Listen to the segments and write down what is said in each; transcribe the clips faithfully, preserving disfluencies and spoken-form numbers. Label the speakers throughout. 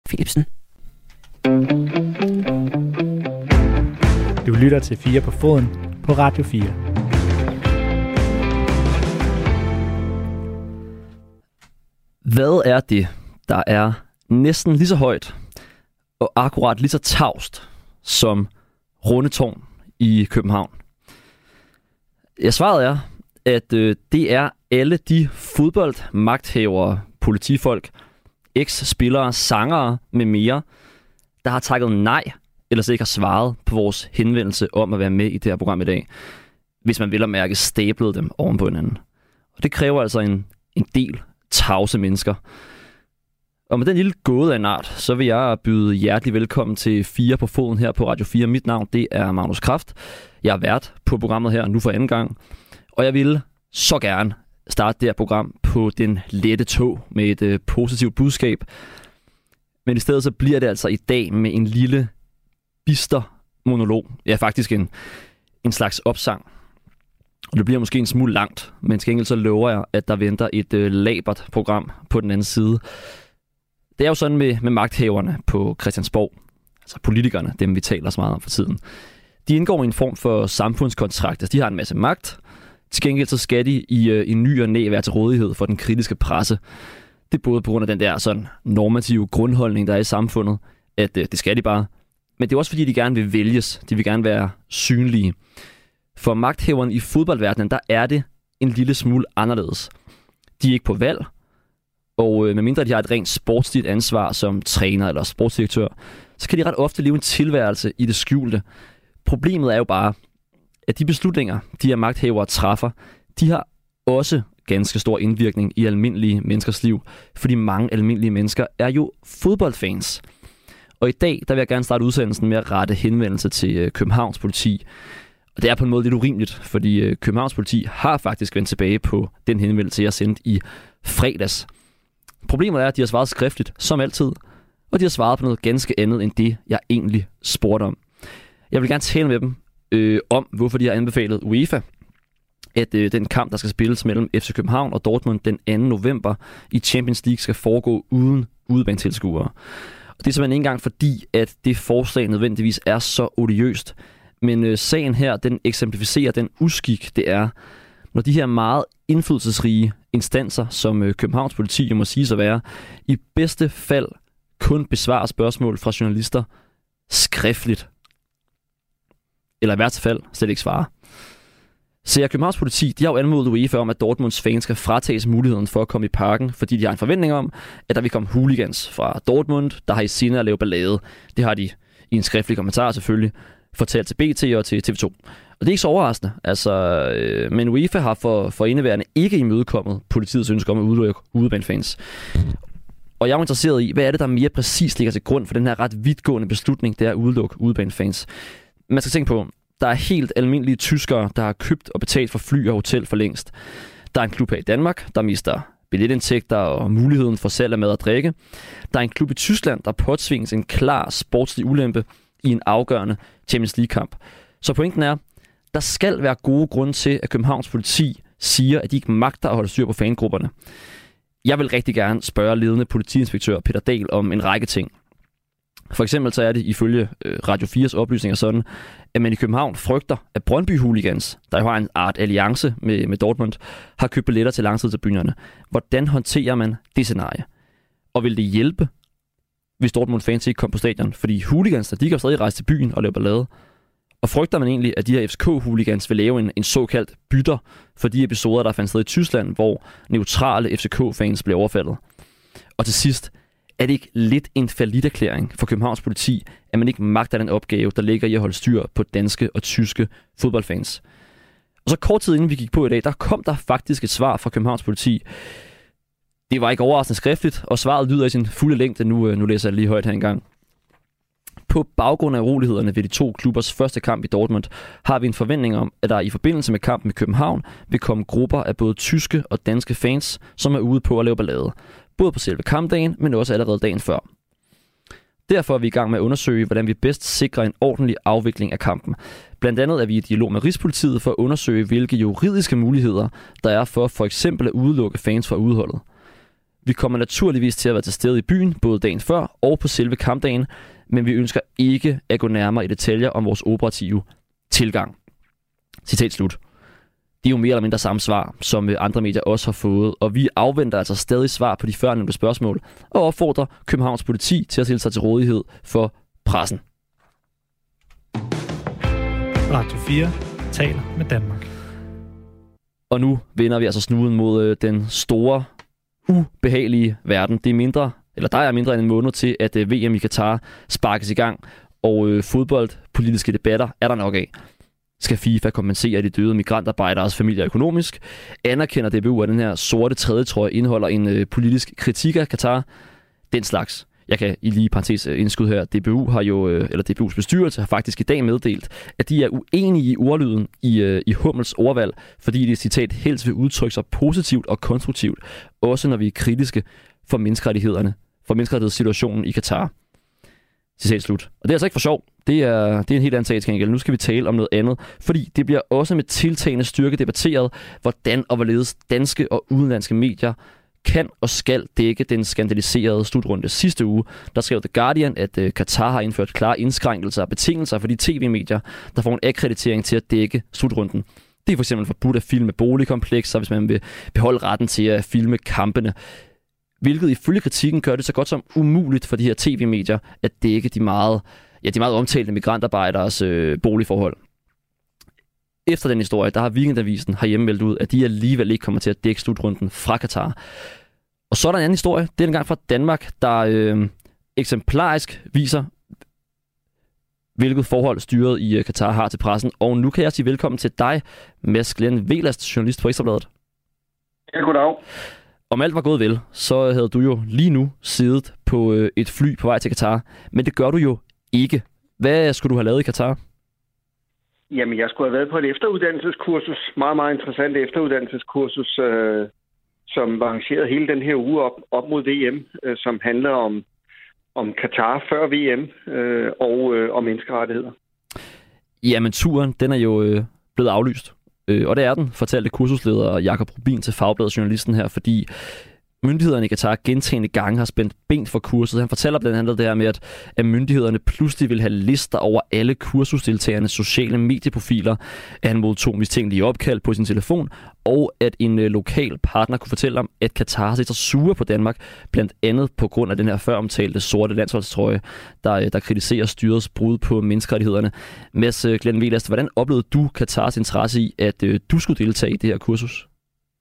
Speaker 1: Philipsen.
Speaker 2: Du lytter til fire på foden på Radio fire.
Speaker 3: Hvad er det, der er næsten lige så højt og akkurat lige så tavst som Rundetårn i København? Ja, svaret er, at øh, det er alle de fodboldmagthavere, politifolk, eks-spillere, sangere med mere, der har takket nej, eller så ikke har svaret på vores henvendelse om at være med i det her program i dag, hvis man vil at mærke stablet dem oven på hinanden. Og det kræver altså en, en del tavse mennesker. Og med den lille gåde af en art, så vil jeg byde hjertelig velkommen til fire på foden her på Radio fire. Mit navn, det er Magnus Kraft. Jeg er vært på programmet her nu for anden gang. Og jeg vil så gerne starte det her program på den lette tog med et øh, positivt budskab. Men i stedet så bliver det altså i dag med en lille bister monolog. Ja, faktisk en, en slags opsang. Og det bliver måske en smule langt, men til gengæld så lover jeg, at der venter et øh, labert program på den anden side. Det er jo sådan med, med magthaverne på Christiansborg, altså politikerne, dem vi taler så meget om for tiden. De indgår i en form for samfundskontrakt, altså de har en masse magt. Til gengæld så skal de i, øh, i ny og næ være til rådighed for den kritiske presse. Det er både på grund af den der sådan normative grundholdning, der er i samfundet, at øh, det skal de bare. Men det er også fordi, de gerne vil vælges. De vil gerne være synlige. For magthaverne i fodboldverdenen, der er det en lille smule anderledes. De er ikke på valg, og øh, medmindre de har et rent sportsligt ansvar som træner eller sportsdirektør, så kan de ret ofte leve en tilværelse i det skjulte. Problemet er jo bare, at de beslutninger, de her magthavere træffer, de har også ganske stor indvirkning i almindelige menneskers liv, fordi mange almindelige mennesker er jo fodboldfans. Og i dag, der vil jeg gerne starte udsendelsen med at rette henvendelse til øh, Københavns politi. Og det er på en måde lidt urimeligt, fordi øh, Københavns politi har faktisk vendt tilbage på den henvendelse, jeg sendte i fredags. Problemet er, at de har svaret skriftligt, som altid, og de har svaret på noget ganske andet end det, jeg egentlig spurgte om. Jeg vil gerne tale med dem øh, om, hvorfor de har anbefalet UEFA, at øh, den kamp, der skal spilles mellem F C København og Dortmund den anden november i Champions League, skal foregå uden udebanetilskuere. Og det er simpelthen ikke engang fordi, at det forslag nødvendigvis er så odiøst. Men øh, sagen her, den eksemplificerer den uskik, det er, når de her meget indflydelsesrige instanser, som øh, Københavns politi jo må sige sig være, i bedste fald kun besvarer spørgsmål fra journalister skriftligt. Eller i værste fald slet ikke svarer. Så ja, Københavns politi, de har jo anmodet UEFA om, at Dortmunds fans skal fratages muligheden for at komme i parken, fordi de har en forventning om, at der vil komme hooligans fra Dortmund, der har i sinde at lave ballade. Det har de i en skriftlig kommentar selvfølgelig fortalt til B T og til T V to. Og det er ikke så overraskende, altså, øh, men UEFA har for, for indeværende ikke imødekommet politiets ønske om at udelukke udebanefans. Og jeg er interesseret i, hvad er det, der mere præcis ligger til grund for den her ret vidtgående beslutning, det er at udelukke udebanefans. Man skal tænke på, der er helt almindelige tyskere, der har købt og betalt for fly og hotel for længst. Der er en klub her i Danmark, der mister billetindtægter og muligheden for salg af mad og drikke. Der er en klub i Tyskland, der påtvinges en klar sportslig ulempe i en afgørende Champions League-kamp. Så pointen er, der skal være gode grunde til, at Københavns politi siger, at de ikke magter at holde styr på fangrupperne. Jeg vil rigtig gerne spørge ledende politiinspektør Peter Dahl om en række ting. For eksempel så er det ifølge Radio fires oplysninger sådan, at man i København frygter, at Brøndby-hooligans, der jo har en art alliance med, med Dortmund, har købt billetter til langtidstilbyderne. Hvordan håndterer man det scenarie? Og vil det hjælpe, hvis Dortmund-fans ikke kom på stadion? Fordi hooligans, de kan stadig rejse til byen og lave ballade. Og frygter man egentlig, at de her F C K-hooligans vil lave en, en såkaldt bytter for de episoder, der fandt sted i Tyskland, hvor neutrale F C K-fans blev overfaldet? Og til sidst, er det ikke lidt en falliterklæring for Københavns politi, at man ikke magter den opgave, der ligger i at holde styr på danske og tyske fodboldfans? Og så kort tid inden vi gik på i dag, der kom der faktisk et svar fra Københavns politi. Det var ikke overraskende skriftligt, og svaret lyder i sin fulde længde. Nu, nu læser jeg lige højt her engang. På baggrund af urolighederne ved de to klubbers første kamp i Dortmund, har vi en forventning om, at der i forbindelse med kampen i København vil komme grupper af både tyske og danske fans, som er ude på at lave ballade. Både på selve kampdagen, men også allerede dagen før. Derfor er vi i gang med at undersøge, hvordan vi bedst sikrer en ordentlig afvikling af kampen. Blandt andet er vi i dialog med Rigspolitiet for at undersøge, hvilke juridiske muligheder der er for for eksempel at udelukke fans fra udholdet. Vi kommer naturligvis til at være til stede i byen, både dagen før og på selve kampdagen, men vi ønsker ikke at gå nærmere i detaljer om vores operative tilgang. Citat slut. Det er jo mere eller mindre samme svar, som andre medier også har fået, og vi afventer altså stadig svar på de førnævnte spørgsmål og opfordrer Københavns politi til at stille sig til rådighed for pressen.
Speaker 2: Radio fire taler med Danmark.
Speaker 3: Og nu vender vi altså snuden mod øh, den store, ubehagelige verden. Det er mindre, eller der er mindre end en måned til, at øh, V M i Katar sparkes i gang, og øh, fodboldpolitiske debatter er der nok af. Skal FIFA kompensere de døde migrantarbejderes familier økonomisk? Anerkender D B U, at den her sorte tredje trøje indeholder en øh, politisk kritik af Katar? Den slags. Jeg kan i lige parentes indskud her, D B U har jo, eller D B U's bestyrelse har faktisk i dag meddelt, at de er uenige i ordlyden i, i Hummels ordvalg, fordi det citat helst vil udtrykke sig positivt og konstruktivt, også når vi er kritiske for menneskerettighederne, for menneskerettighedssituationen i Katar. Citat slut. Og det er altså ikke for sjov. Det er, det er en helt anden sag til gengæld. Nu skal vi tale om noget andet, fordi det bliver også med tiltagende styrke debatteret, hvordan og hvorledes danske og udenlandske medier kan og skal dække den skandaliserede slutrunde sidste uge. Der skrev The Guardian, at uh, Katar har indført klare indskrænkelser og betingelser for de tv-medier, der får en akkreditering til at dække slutrunden. Det er for eksempel forbudt at filme boligkomplekser, hvis man vil beholde retten til at filme kampene. Hvilket ifølge kritikken gør det så godt som umuligt for de her tv-medier at dække de meget, ja, de meget omtalte migrantarbejderes øh, boligforhold. Efter den historie, der har Weekendavisen herhjemme meldt ud, at de alligevel ikke kommer til at dække slutrunden fra Katar. Og så er der en anden historie. Det er en gang fra Danmark, der øh, eksemplarisk viser, hvilket forhold styret i Katar har til pressen. Og nu kan jeg sige velkommen til dig, Mads Glenn Velast, journalist på Ekstra Bladet.
Speaker 1: Ja, goddag.
Speaker 3: Om alt var gået vel, så havde du jo lige nu siddet på øh, et fly på vej til Katar. Men det gør du jo ikke. Hvad skulle du have lavet i Katar?
Speaker 1: Jamen, jeg skulle have været på et efteruddannelseskursus. Meget, meget interessant efteruddannelseskursus, øh, som var arrangeret hele den her uge op, op mod V M, øh, som handler om, om Katar før V M øh, og øh, om menneskerettigheder.
Speaker 3: Jamen, turen, den er jo øh, blevet aflyst. Øh, og det er den, fortalte kursusleder Jakob Rubin til Fagbladet Journalisten her, fordi myndighederne i Katar gentagne gange har spændt ben for kurset. Han fortæller blandt andet det her med, at, at myndighederne pludselig vil have lister over alle kursusdeltagernes sociale medieprofiler, at han modtog mistænkelige opkald på sin telefon, og at en øh, lokal partner kunne fortælle om, at Katar har set sig sure på Danmark, blandt andet på grund af den her føromtalte sorte landsholdstrøje, der, øh, der kritiserer styrets brud på menneskerettighederne. Mads øh, Glenn Velast, hvordan oplevede du Katars interesse i, at øh, du skulle deltage i det her kursus?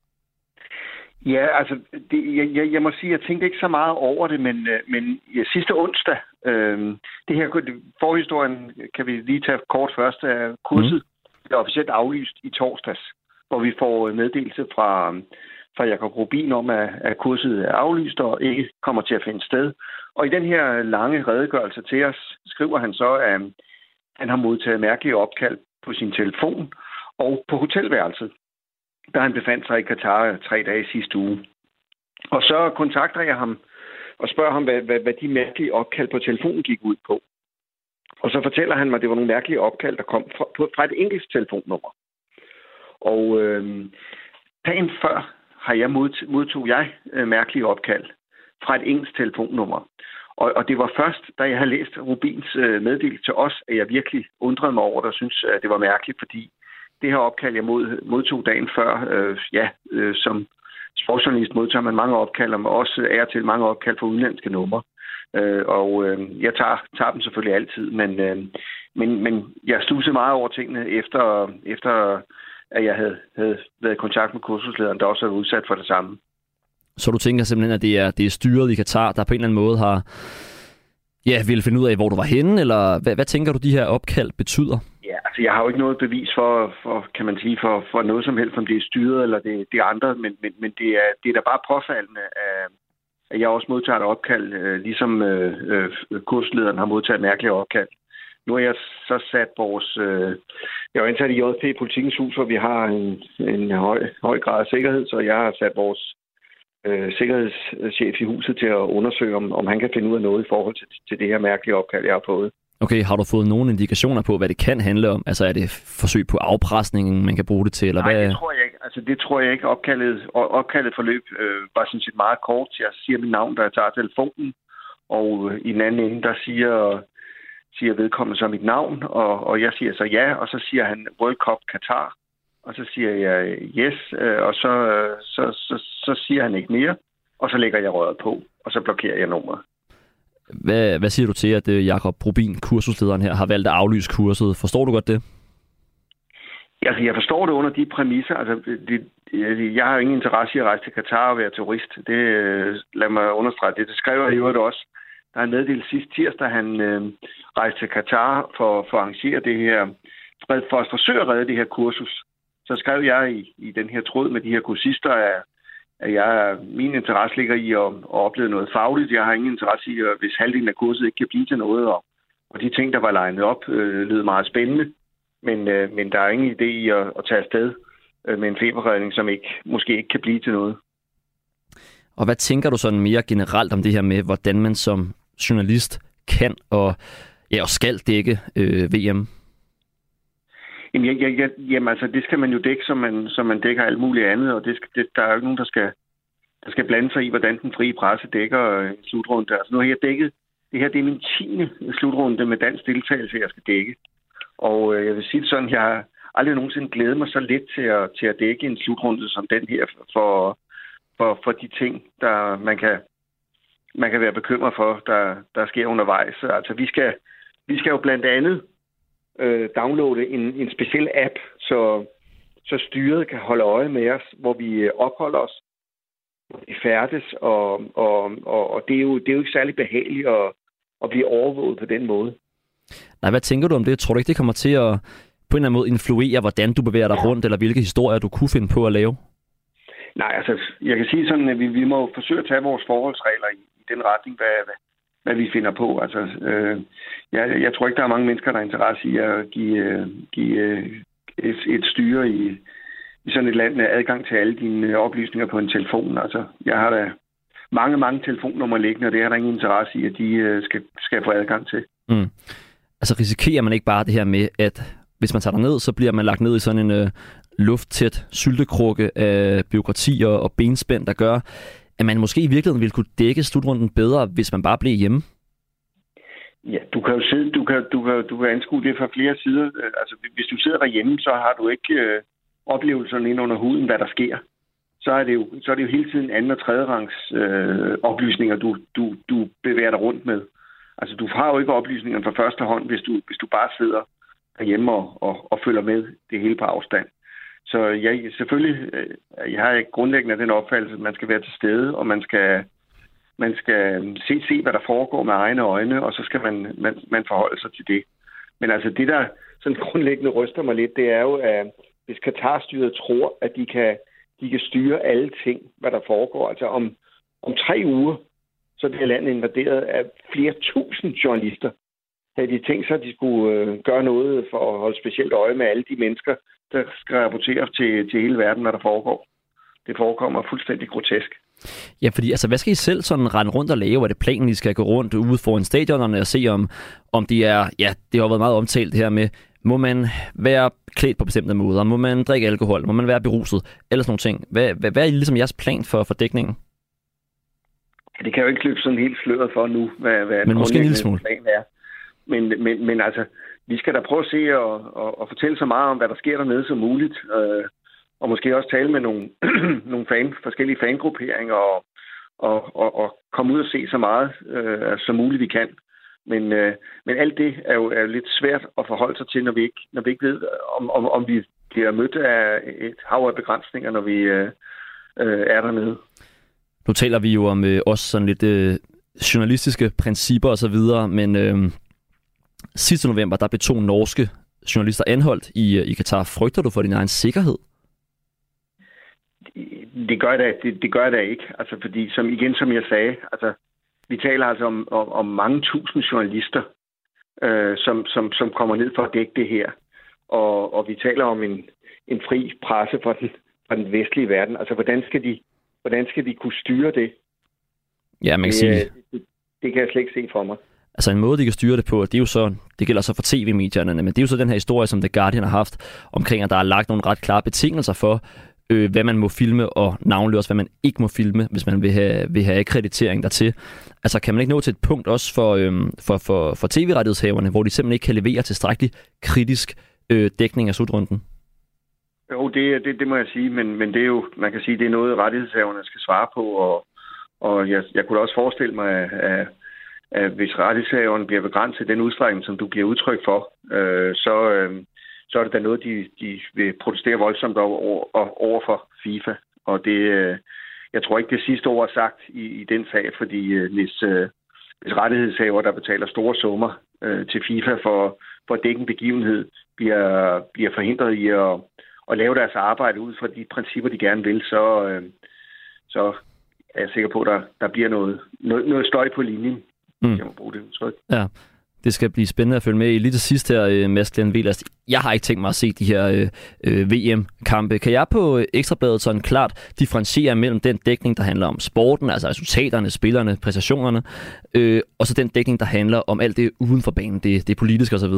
Speaker 1: Ja, altså, det, jeg, jeg må sige, jeg tænkte ikke så meget over det, men, men ja, sidste onsdag, øh, det her forhistorien kan vi lige tage kort først, er kurset mm. er officielt aflyst i torsdags, hvor vi får meddelelse fra, fra Jakob Rubin om, at, at kurset er aflyst og ikke kommer til at finde sted. Og i den her lange redegørelse til os, skriver han så, at han har modtaget mærkelige opkald på sin telefon og på hotelværelset, da han befandt sig i Katar tre dage sidste uge. Og så kontakter jeg ham og spørger ham, hvad, hvad, hvad de mærkelige opkald på telefonen gik ud på. Og så fortæller han mig, at det var nogle mærkelige opkald, der kom fra, fra et enkelt telefonnummer. Og øh, dagen før har jeg modtog, modtog jeg øh, mærkelige opkald fra et engelsk telefonnummer. Og, og det var først, da jeg havde læst Rubins øh, meddelelse til os, at jeg virkelig undrede mig over det og synes, at det var mærkeligt, fordi det her opkald, jeg mod, modtog dagen før, øh, ja, øh, som sportsjournalist modtager man mange opkald, og også er til mange opkald fra udenlandske numre. Øh, og øh, jeg tager, tager dem selvfølgelig altid, men, øh, men, men jeg studsede meget over tingene, efter, efter at jeg havde, havde været i kontakt med kursuslederen, der også havde udsat for det samme.
Speaker 3: Så du tænker simpelthen, at det er, det er styret i Katar, der på en eller anden måde har ja, ville finde ud af, hvor du var henne, eller hvad, hvad tænker du, de her opkald betyder?
Speaker 1: Ja, altså jeg har jo ikke noget bevis for, for kan man sige, for, for noget som helst, om det er styret eller det, det er andre, men, men, men det, er, det er da bare påfaldende, at, at jeg også modtager et opkald, øh, ligesom øh, øh, kurslederen har modtaget mærkelige opkald. Nu har jeg så sat vores... Øh, jeg er jo ansat i J P Politikens Hus, hvor vi har en, en høj, høj grad af sikkerhed, så jeg har sat vores øh, sikkerhedschef i huset til at undersøge, om, om han kan finde ud af noget i forhold til, til det her mærkelige opkald, jeg har fået.
Speaker 3: Okay, har du fået nogle indikationer på, hvad det kan handle om? Altså er det forsøg på afpresningen, man kan bruge det til? Eller
Speaker 1: Nej,
Speaker 3: hvad?
Speaker 1: det tror jeg ikke. Altså, det tror jeg ikke. Opkaldet, opkaldet forløb øh, var sådan set meget kort. Jeg siger mit navn, da jeg tager telefonen, og øh, i den anden ende, der siger, siger vedkommende så mit navn, og, og jeg siger så ja, og så siger han World Cup Qatar, og så siger jeg yes, øh, og så, øh, så, så, så siger han ikke mere, og så lægger jeg røret på, og så blokerer jeg nummeret.
Speaker 3: Hvad, hvad siger du til, at Jakob Rubin, kursuslederen her, har valgt at aflyse kurset? Forstår du godt det?
Speaker 1: Altså, jeg forstår det under de præmisser. Altså, det, jeg har ingen interesse i at rejse til Katar og være turist. Det, lad mig understrege det. Det skrev jeg i øvrigt også. Der er en meddelelse sidste tirsdag, han øh, rejste til Katar for, for at arrangere det her, for at forsøge at redde det her kursus. Så skrev jeg i, i den her tråd med de her kursister, at, at jeg, min interesse ligger i at, at opleve noget fagligt. Jeg har ingen interesse i, at hvis halvdelen af kurset ikke kan blive til noget. Og, og de ting, der var legnet op, øh, lød meget spændende. Men, øh, men der er ingen idé i at, at tage afsted øh, med en feberredning, som ikke, måske ikke kan blive til noget.
Speaker 3: Og hvad tænker du sådan mere generelt om det her med, hvordan man som journalist kan og, ja, og skal dække øh, V M?
Speaker 1: Jamen, jeg, jeg, jeg, jamen altså, det skal man jo dække, som man, som man dækker alt muligt andet, og det skal, det, der er jo ikke nogen, der skal, der skal blande sig i, hvordan den frie presse dækker en slutrunde. Altså, nu har jeg dækket, det her det er min tiende slutrunde med dansk deltagelse, jeg skal dække. Og øh, jeg vil sige det sådan, jeg har aldrig nogensinde glædet mig så lidt til at, til at dække en slutrunde som den her, for, for, for de ting, der man kan, man kan være bekymret for, der, der sker undervejs. Altså, vi skal, vi skal jo blandt andet øh, downloade en, en speciel app, så, så styret kan holde øje med os, hvor vi opholder os, hvor vi færdes, og, og, og, og det, er jo, det er jo ikke særlig behageligt at, at blive overvåget på den måde.
Speaker 3: Nej, hvad tænker du om det? Tror du ikke, det kommer til at på en eller anden måde influere, hvordan du bevæger dig rundt, eller hvilke historier du kunne finde på at lave?
Speaker 1: Nej, altså, jeg kan sige sådan, at vi, vi må forsøge at tage vores forholdsregler i, i den retning, hvad, hvad, hvad vi finder på. Altså, øh, jeg, jeg tror ikke, der er mange mennesker, der er interesse i at give, øh, give øh, et, et styre i, i sådan et land adgang til alle dine oplysninger på en telefon. Altså, jeg har da mange, mange telefonnumre liggende, og det er der ingen interesse i, at de øh, skal, skal få adgang til.
Speaker 3: Mm. Altså risikerer man ikke bare det her med, at hvis man tager ned, så bliver man lagt ned i sådan en øh, lufttæt syltekrukke af byråkratier og benspænd, der gør, at man måske i virkeligheden ville kunne dække slutrunden bedre, hvis man bare blev hjemme?
Speaker 1: Ja, du kan jo sidde, du kan, du kan, du kan anskue det fra flere sider. Altså, hvis du sidder derhjemme, så har du ikke øh, oplevelserne ind under huden, hvad der sker. Så er det jo, så er det jo hele tiden anden og tredje rangs øh, oplysninger, du, du, du bevæger dig rundt med. Altså, du har jo ikke oplysningerne fra første hånd, hvis du, hvis du bare sidder derhjemme og, og, og følger med det hele på afstand. Så jeg selvfølgelig, jeg har grundlæggende den opfattelse, at man skal være til stede, og man skal, man skal se, se, hvad der foregår med egne øjne, og så skal man, man, man forholde sig til det. Men altså, det der sådan grundlæggende ryster mig lidt, det er jo, at hvis Katar-styret tror, at de kan, de kan styre alle ting, hvad der foregår. Altså om, om tre uger, så det her land invaderet af flere tusind journalister. Havde de tænkt sig, at de skulle øh, gøre noget for at holde specielt øje med alle de mennesker, der skal rapportere til, til hele verden, hvad der foregår. Det forekommer fuldstændig grotesk.
Speaker 3: Ja, fordi altså, hvad skal I selv sådan rende rundt og lave? Er det planen, I skal gå rundt ude foran stadionerne og se, om, om det er... Ja, det har været meget omtalt det her med, må man være klædt på bestemte måder? Må man drikke alkohol? Må man være beruset? Eller sådan nogle ting. Hvad, hvad, hvad er ligesom jeres plan for, for dækningen?
Speaker 1: Det kan jo ikke løbe sådan helt sløret for nu, hvad, hvad
Speaker 3: men måske en lille smule.
Speaker 1: Plan er. Men, men, men altså, vi skal da prøve at se og, og, og fortælle så meget om, hvad der sker dernede som muligt. Øh, og måske også tale med nogle, nogle fan, forskellige fangrupperinger og, og, og, og komme ud og se så meget øh, som muligt vi kan. Men, øh, men alt det er jo, er jo lidt svært at forholde sig til, når vi ikke, når vi ikke ved, om, om, om vi bliver mødt af et hav af begrænsninger, når vi øh, øh, er dernede.
Speaker 3: Nu taler vi jo om øh, også sådan lidt øh, journalistiske principper og så videre, men øh, sidste november, der blev to norske journalister anholdt i, i Katar. Frygter du for din egen sikkerhed?
Speaker 1: Det gør jeg da, det, det gør jeg da ikke. Altså, fordi som, igen, som jeg sagde, altså, vi taler altså om, om, om mange tusind journalister, øh, som, som, som kommer ned for at dække det her. Og, og vi taler om en, en fri presse fra den, fra den vestlige verden. Altså, hvordan skal de Hvordan skal vi kunne styre det?
Speaker 3: Ja, man kan
Speaker 1: det,
Speaker 3: sige...
Speaker 1: Det, det kan jeg slet ikke se for mig.
Speaker 3: Altså en måde, de kan styre det på, det er jo så, det gælder så for tv-medierne, men det er jo så den her historie, som The Guardian har haft, omkring at der er lagt nogle ret klare betingelser for, øh, hvad man må filme, og navnlig også, hvad man ikke må filme, hvis man vil have, vil have akkreditering dertil. Altså, kan man ikke nå til et punkt også for, øh, for, for, for tv-rettighedshaverne, hvor de simpelthen ikke kan levere tilstrækkelig kritisk øh, dækning af slutrunden?
Speaker 1: Jo, det, det, det må jeg sige, men, men det er jo, man kan sige, det er noget, rettighedshaverne skal svare på, og, og jeg, jeg kunne også forestille mig, at, at, at hvis rettighedshaverne bliver begrænset i den udstrækning, som du giver udtryk for, øh, så, øh, så er det da noget, de, de vil protestere voldsomt over, over for FIFA. Og det, øh, jeg tror ikke, det sidste ord er sagt i, i den sag, fordi øh, hvis, øh, hvis rettighedshaver, der betaler store summer øh, til FIFA for, for at dække en begivenhed, bliver, bliver forhindret i at og lave deres arbejde ud fra de principper, de gerne vil, så, øh, så er jeg sikker på, at der, der bliver noget, noget, noget støj på linjen. Mm. Jeg må bruge det udtryk.
Speaker 3: Ja, det skal blive spændende at følge med i. Lige til sidst her, Mads Glenn Velast. Jeg har ikke tænkt mig at se de her øh, V M-kampe. Kan jeg på Ekstrabladet sådan klart differentiere mellem den dækning, der handler om sporten, altså resultaterne, spillerne, præstationerne, øh, og så den dækning, der handler om alt det uden for banen, det, det politiske osv.?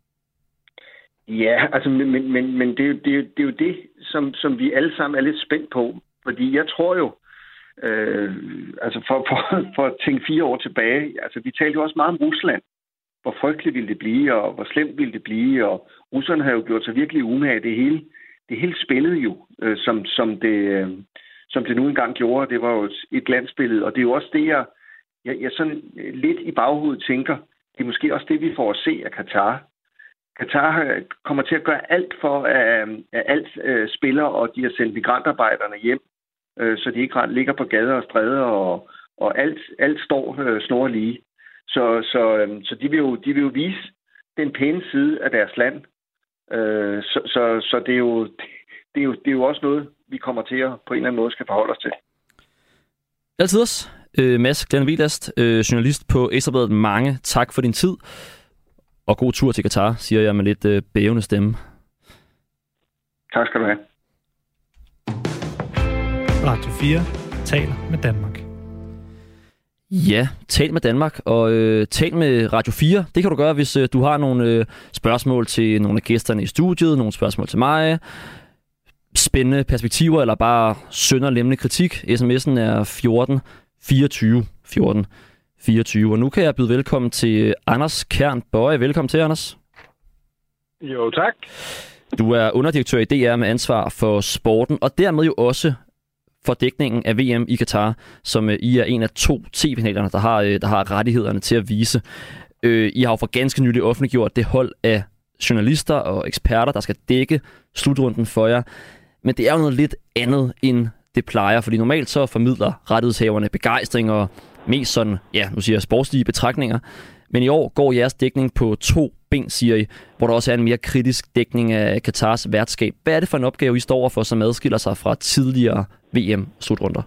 Speaker 1: Ja, altså, men, men, men det, er jo, det, er jo, det er jo det, som, som vi alle sammen er lidt spændt på. Fordi jeg tror jo, øh, altså for, for, for at tænke fire år tilbage, altså vi talte jo også meget om Rusland. Hvor frygteligt ville det blive, og hvor slemt ville det blive, og russerne har jo gjort sig virkelig umage. Det hele, det hele spillede jo, øh, som, som, det, øh, som det nu engang gjorde. Det var jo et glansbillede, og det er jo også det, jeg, jeg, jeg sådan lidt i baghovedet tænker, det er måske også det, vi får at se af Katar. Katar kommer til at gøre alt for, at, at alt øh, spiller, og de har sendt migrantarbejderne hjem, øh, så de ikke ligger på gader og stræder, og, og alt, alt står øh, snor lige. Så, så, øh, så de, vil jo, de vil jo vise den pæne side af deres land. Øh, så så, så det, er jo, det, er jo, det er jo også noget, vi kommer til at på en eller anden måde skal forholde os til.
Speaker 3: Altid også. Øh, Mads Glenn Velast, øh, journalist på Ekstrabladet. Mange tak for din tid. Og god tur til Katar, siger jeg med lidt øh, bævende stemme.
Speaker 1: Tak skal du have.
Speaker 2: Radio fire taler med Danmark.
Speaker 3: Ja, tal med Danmark, og øh, tal med Radio fire. Det kan du gøre, hvis øh, du har nogle øh, spørgsmål til nogle af gæsterne i studiet, nogle spørgsmål til mig, spændende perspektiver, eller bare sønderlemmende kritik. sms'en er fjorten fireogtyve fjorten fireogtyve. Og nu kan jeg byde velkommen til Anders Kern Bøje. Velkommen til, Anders.
Speaker 4: Jo, tak.
Speaker 3: Du er underdirektør i D R med ansvar for sporten, og dermed jo også for dækningen af V M i Katar, som I er en af to tv-kanalerne, der har, der har rettighederne til at vise. I har jo for ganske nylig offentliggjort det hold af journalister og eksperter, der skal dække slutrunden for jer. Men det er jo noget lidt andet, end det plejer, fordi normalt så formidler rettighedshaverne begejstring og mest sådan, ja, nu siger jeg sportslige betragtninger. Men i år går jeres dækning på to ben, siger I, hvor der også er en mere kritisk dækning af Katars værtskab. Hvad er det for en opgave, I står overfor, som adskiller sig fra tidligere V M-slutrunder?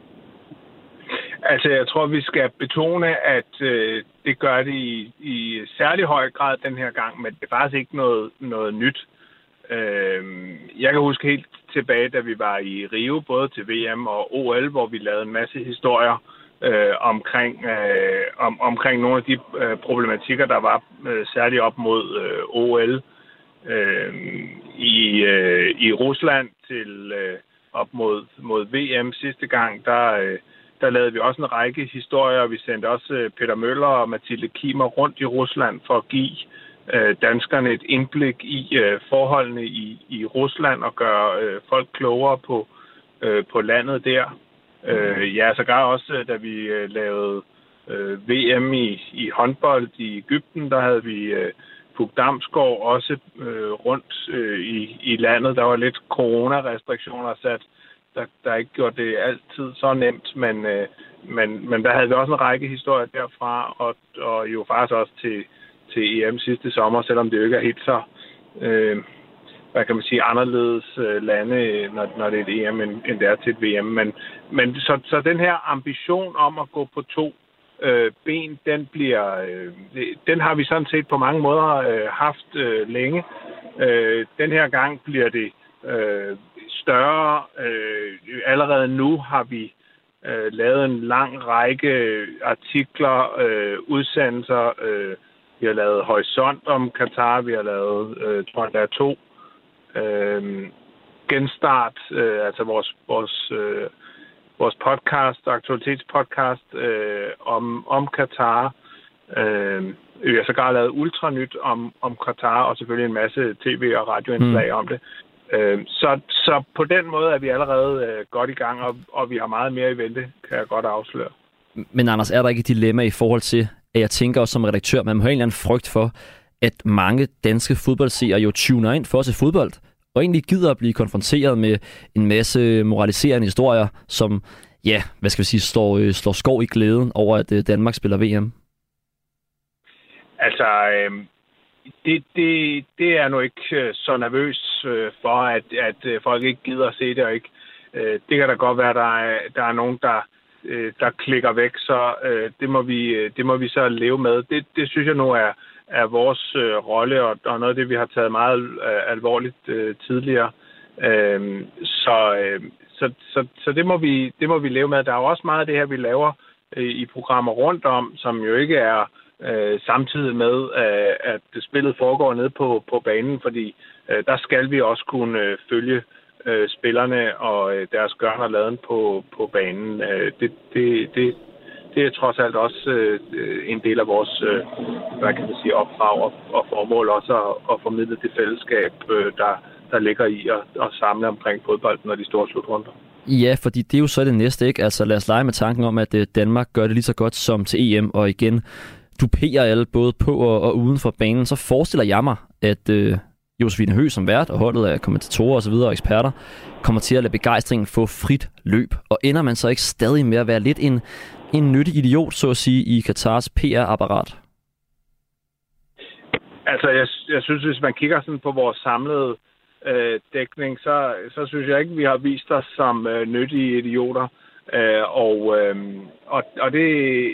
Speaker 4: Altså, jeg tror, vi skal betone, at øh, det gør det i, i særlig høj grad den her gang, men det er faktisk ikke noget, noget nyt. Øh, jeg kan huske helt tilbage, da vi var i Rio, både til V M og O L, hvor vi lavede en masse historier øh, omkring, øh, om, omkring nogle af de øh, problematikker, der var øh, særligt op mod øh, O L øh, i, øh, i Rusland til øh, op mod, mod V M sidste gang. Der, øh, der lavede vi også en række historier. Vi sendte også øh, Peter Møller og Mathilde Kimer rundt i Rusland for at give øh, danskerne et indblik i øh, forholdene i, i Rusland og gøre øh, folk klogere på, øh, på landet der. Øh, ja, sågar også, da vi øh, lavede øh, V M i, i håndbold i Egypten, der havde vi øh, Puk Damsgaard også øh, rundt øh, i, i landet. Der var lidt coronarestriktioner sat, der, der ikke gjorde det altid så nemt, men, øh, men, men der havde vi også en række historier derfra, og, og jo faktisk også til, til E M sidste sommer, selvom det jo ikke er helt så... Øh, hvad kan man sige, anderledes øh, lande, når, når det er et E M, end, end det er til et V M. Men, men så, så den her ambition om at gå på to øh, ben, den bliver, øh, den har vi sådan set på mange måder øh, haft øh, længe. Øh, den her gang bliver det øh, større. Øh, allerede nu har vi øh, lavet en lang række artikler, øh, udsendelser. Øh, vi har lavet Horisont om Katar, vi har lavet, øh, tror jeg, der er to. Øhm, genstart, øh, altså vores, vores, øh, vores podcast, aktualitetspodcast øh, om, om Katar. Øh, vi har sågar lavet ultranyt om, om Katar, og selvfølgelig en masse tv- og radioindslag mm. om det. Øh, så, så på den måde er vi allerede øh, godt i gang, og, og vi har meget mere i vente, kan jeg godt afsløre.
Speaker 3: Men Anders, er der ikke et dilemma i forhold til, at jeg tænker også som redaktør, man må have en eller anden frygt for, at mange danske fodboldseere jo tuner ind for at se fodbold, og egentlig gider at blive konfronteret med en masse moraliserende historier, som, ja, hvad skal vi sige, slår, øh, slår skov i glæden over, at øh, Danmark spiller V M?
Speaker 4: Altså, øh, det, det, det er nu ikke øh, så nervøs øh, for, at, at øh, folk ikke gider at se det, og ikke. Øh, det kan da godt være, at der er, der er nogen, der, øh, der klikker væk, så øh, det, må vi, det må vi så leve med. Det, det synes jeg nu er, er vores øh, rolle, og, og noget af det, vi har taget meget øh, alvorligt øh, tidligere. Øh, så, øh, så, så, så det, må vi, det må vi leve med. Der er jo også meget af det her, vi laver øh, i programmer rundt om, som jo ikke er Øh, samtidig med, øh, at spillet foregår nede på, på banen, fordi øh, der skal vi også kunne øh, følge øh, spillerne og øh, deres gørn og laden på, på banen. Øh, det, det, det, det er trods alt også øh, en del af vores øh, hvad kan man sige, opdrag og, og formål også at, at formidle det fællesskab, øh, der, der ligger i at, at samle omkring fodbolden og de store slutrunder.
Speaker 3: Ja, fordi det er jo så det næste, ikke? Altså lad os lege med tanken om, at Danmark gør det lige så godt som til E M, og igen duperer alle både på og, og uden for banen, så forestiller jeg mig, at øh, Josefine Høgh som vært og holdet af kommentatorer og så videre og eksperter kommer til at lade begejstringen få frit løb. Og ender man så ikke stadig med at være lidt en, en nyttig idiot, så at sige, i Katars P R-apparat?
Speaker 4: Altså, jeg, jeg synes, hvis man kigger sådan på vores samlede øh, dækning, så, så synes jeg ikke, vi har vist os som øh, nyttige idioter. Øh, og, øh, og, og det...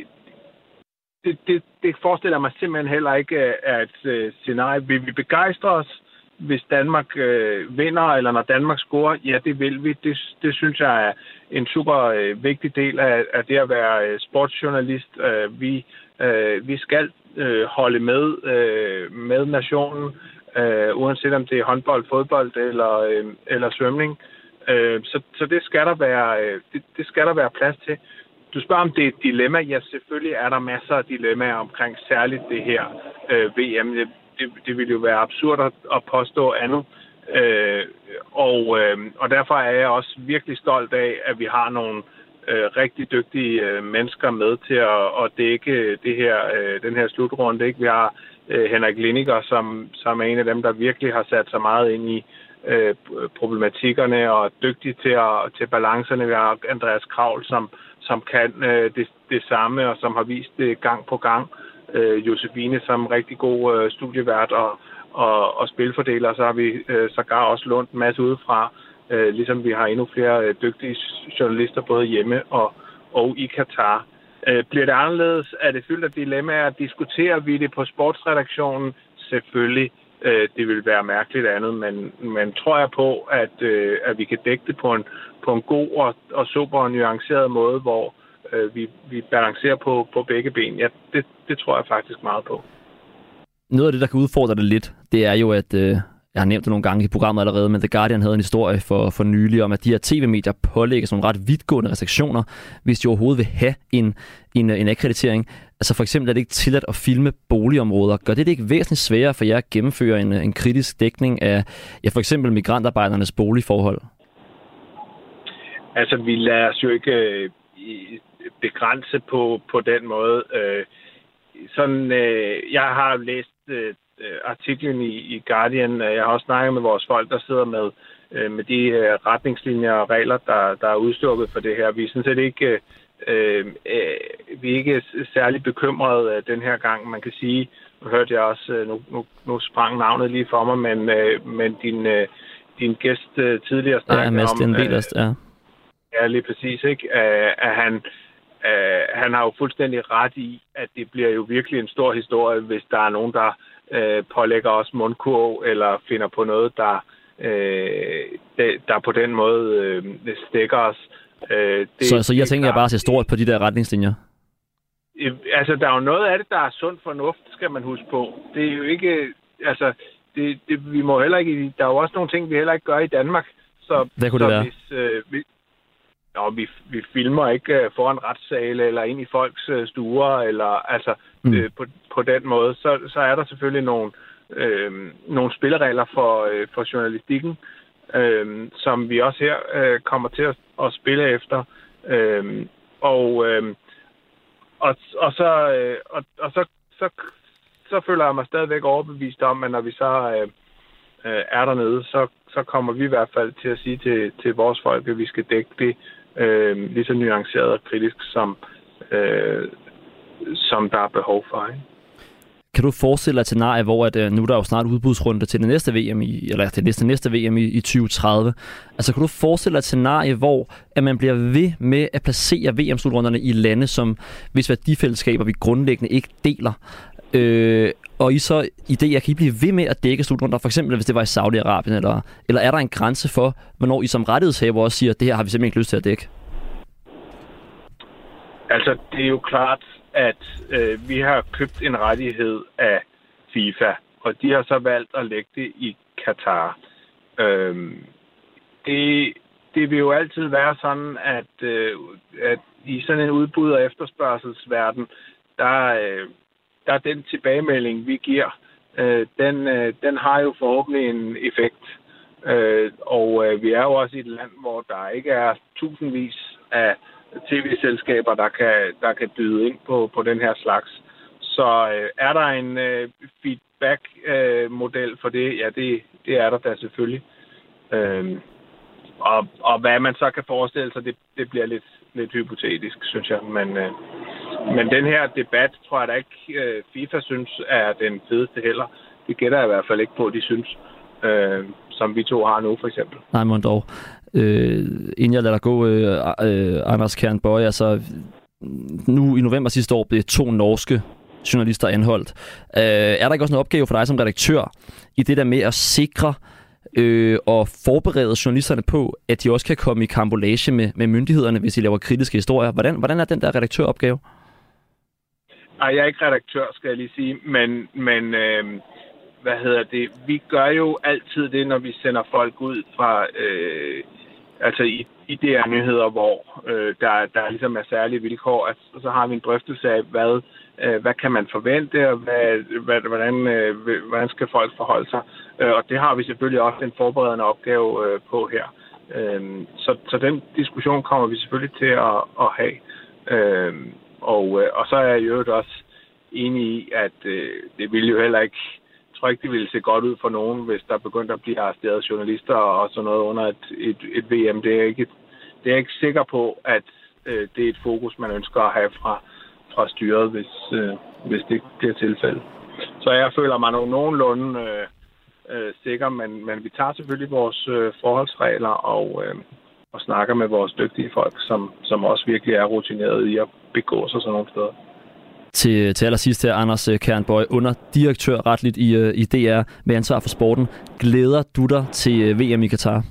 Speaker 4: Det, det, det forestiller mig simpelthen heller ikke, at et scenarie. Vil vi begejstre os, hvis Danmark øh, vinder, eller når Danmark scorer? Ja, det vil vi. Det, det synes jeg er en super øh, vigtig del af, af det at være øh, sportsjournalist. Øh, vi, øh, vi skal øh, holde med, øh, med nationen, øh, uanset om det er håndbold, fodbold eller, øh, eller svømning. Øh, så, så det skal der være, øh, det, det skal der være plads til. Du spørger, om det er et dilemma. Ja, selvfølgelig er der masser af dilemmaer omkring særligt det her øh, V M. Det, det, det ville jo være absurd at, at påstå andet. Øh, og, øh, og derfor er jeg også virkelig stolt af, at vi har nogle øh, rigtig dygtige øh, mennesker med til at, at dække det her, øh, den her slutrunde. Ikke? Vi har øh, Henrik Lindiger, som, som er en af dem, der virkelig har sat sig meget ind i øh, problematikkerne og er dygtig til, at, til balancerne. Vi har Andreas Kravl, som som kan øh, det, det samme, og som har vist det gang på gang. Øh, Josefine som rigtig god øh, studievært og, og, og spilfordeler, så har vi øh, sågar også lånt en masse udefra, øh, ligesom vi har endnu flere øh, dygtige journalister, både hjemme og, og i Katar. Øh, bliver det anderledes? Er det fyldt af dilemmaer? Diskuterer vi det på sportsredaktionen? Selvfølgelig. Øh, det vil være mærkeligt andet, men, men tror jeg på, at, øh, at vi kan dække det på en på en god og, og super og nuanceret måde, hvor øh, vi, vi balancerer på, på begge ben. Ja, det, det tror jeg faktisk meget på.
Speaker 3: Noget af det, der kan udfordre det lidt, det er jo, at øh, jeg har nævnt det nogle gange i programmet allerede, men The Guardian havde en historie for, for nylig om, at de her tv-medier pålægger sådan nogle ret vidtgående restriktioner, hvis de overhovedet vil have en, en, en akkreditering. Altså for eksempel er det ikke tilladt at filme boligområder. Gør det det ikke væsentligt sværere for jer at gennemføre en, en kritisk dækning af ja, for eksempel migrantarbejdernes boligforhold?
Speaker 4: Altså, vi lader os jo ikke øh, begrænse på, på den måde. Øh, sådan, øh, jeg har læst øh, artiklen i, i Guardian. Jeg har også snakket med vores folk, der sidder med, øh, med de øh, retningslinjer og regler, der, der er udstukket for det her. Vi er sådan set ikke, øh, øh, vi er ikke særlig bekymrede øh, den her gang. Man kan sige, nu hørte jeg også, øh, nu, nu, nu sprang navnet lige for mig, men, øh, men din, øh, din gæst øh, tidligere snakkede
Speaker 3: ja, Mads,
Speaker 4: om...
Speaker 3: Øh, ja.
Speaker 4: Ja, lige præcis, ikke? Uh, at han, uh, han har jo fuldstændig ret i, at det bliver jo virkelig en stor historie, hvis der er nogen, der uh, pålægger os mundkurv, eller finder på noget, der, uh, der på den måde uh, stikker os. Uh, det,
Speaker 3: så, så jeg tænker jeg bare at se stort på de der retningslinjer?
Speaker 4: Uh, altså, der er jo noget af det, der er sund fornuft, skal man huske på. Det er jo ikke... Altså, det, det, vi må heller ikke... Der er jo også nogle ting, vi heller ikke gør i Danmark, Så,
Speaker 3: Hvad kunne
Speaker 4: så
Speaker 3: det være?
Speaker 4: Hvis, øh, vi, jo, vi, vi filmer ikke øh, foran retssale eller ind i folks øh, stuer, eller altså mm. øh, på, på den måde, så, så er der selvfølgelig nogle, øh, nogle spilleregler for, øh, for journalistikken, øh, som vi også her øh, kommer til at, at spille efter. Øh, og, øh, og, og så, øh, og, og så, så, så føler jeg mig stadigvæk overbevist om, at når vi så øh, øh, er dernede, så, så kommer vi i hvert fald til at sige til, til vores folk, at vi skal dække det øh, lige så nuanceret og kritisk, som, øh, som der er behov for. Ikke?
Speaker 3: Kan du forestille dig et scenarie, hvor at, nu er der jo snart udbudsrunde til det næste V M, i, eller til det næste V M i, i tyve tredive. Altså kan du forestille dig et scenarie, hvor at man bliver ved med at placere V M-slutrunderne i lande, som hvis værdifællesskaber vi grundlæggende ikke deler? Øh, og I så i det, jeg kan I blive ved med at dække slutrunder, for eksempel hvis det var i Saudi-Arabien, eller, eller er der en grænse for, hvornår I som rettighedshaver også siger, at det her har vi simpelthen ikke lyst til at dække?
Speaker 4: Altså, det er jo klart, at øh, vi har købt en rettighed af FIFA, og de har så valgt at lægge det i Katar. Øh, det, det vil jo altid være sådan, at, øh, at i sådan en udbud- og efterspørgselsverden, der, øh, der er den tilbagemelding, vi giver, øh, den, øh, den har jo forhåbentlig en effekt. Øh, og øh, vi er jo også i et land, hvor der ikke er tusindvis af tv-selskaber, der kan, der kan byde ind på, på den her slags. Så øh, er der en øh, feedback-model øh, for det? Ja, det, det er der da selvfølgelig. Øh, og, og hvad man så kan forestille sig, det, det bliver lidt, lidt hypotetisk, synes jeg. Men, øh, men den her debat, tror jeg da ikke, øh, FIFA synes er den fedeste heller. Det gætter jeg i hvert fald ikke på, de synes. Øh, som vi to har nu, for eksempel.
Speaker 3: Nej, men dog. Øh, inden jeg lader dig gå, øh, øh, Anders Kjern Boye, altså nu i november sidste år blev to norske journalister anholdt. Øh, er der ikke også en opgave for dig som redaktør i det der med at sikre øh, og forberede journalisterne på, at de også kan komme i karambolage med, med myndighederne, hvis de laver kritiske historier? Hvordan, hvordan er den der redaktøropgave?
Speaker 4: Ej, jeg er ikke redaktør, skal jeg lige sige, men, men øh, hvad hedder det? Vi gør jo altid det, når vi sender folk ud fra øh, altså i, i D R-nyheder, hvor øh, der, der ligesom er særlige vilkår, at, og så har vi en drøftelse af, hvad, øh, hvad kan man forvente, og hvad, hvad, hvordan, øh, hvordan skal folk forholde sig. Øh, og det har vi selvfølgelig også en forberedende opgave øh, på her. Øh, så, så den diskussion kommer vi selvfølgelig til at, at have. Øh, og, øh, og så er jeg jo også enig i, at øh, det vil jo heller ikke Jeg tror ikke, det ville se godt ud for nogen, hvis der begyndte at blive arresteret journalister og sådan noget under et, et, et V M. Det er, ikke, det er jeg ikke sikker på, at øh, det er et fokus, man ønsker at have fra, fra styret, hvis, øh, hvis det bliver tilfældet. Så jeg føler mig no- nogenlunde øh, øh, sikker, men, men vi tager selvfølgelig vores øh, forholdsregler og, øh, og snakker med vores dygtige folk, som, som også virkelig er rutineret i at begå sig sådan nogle steder.
Speaker 3: Til, til allersidst her, Anders Kjern Boye, under direktør retligt i, i D R med ansvar for sporten. Glæder du dig til V M i Katar?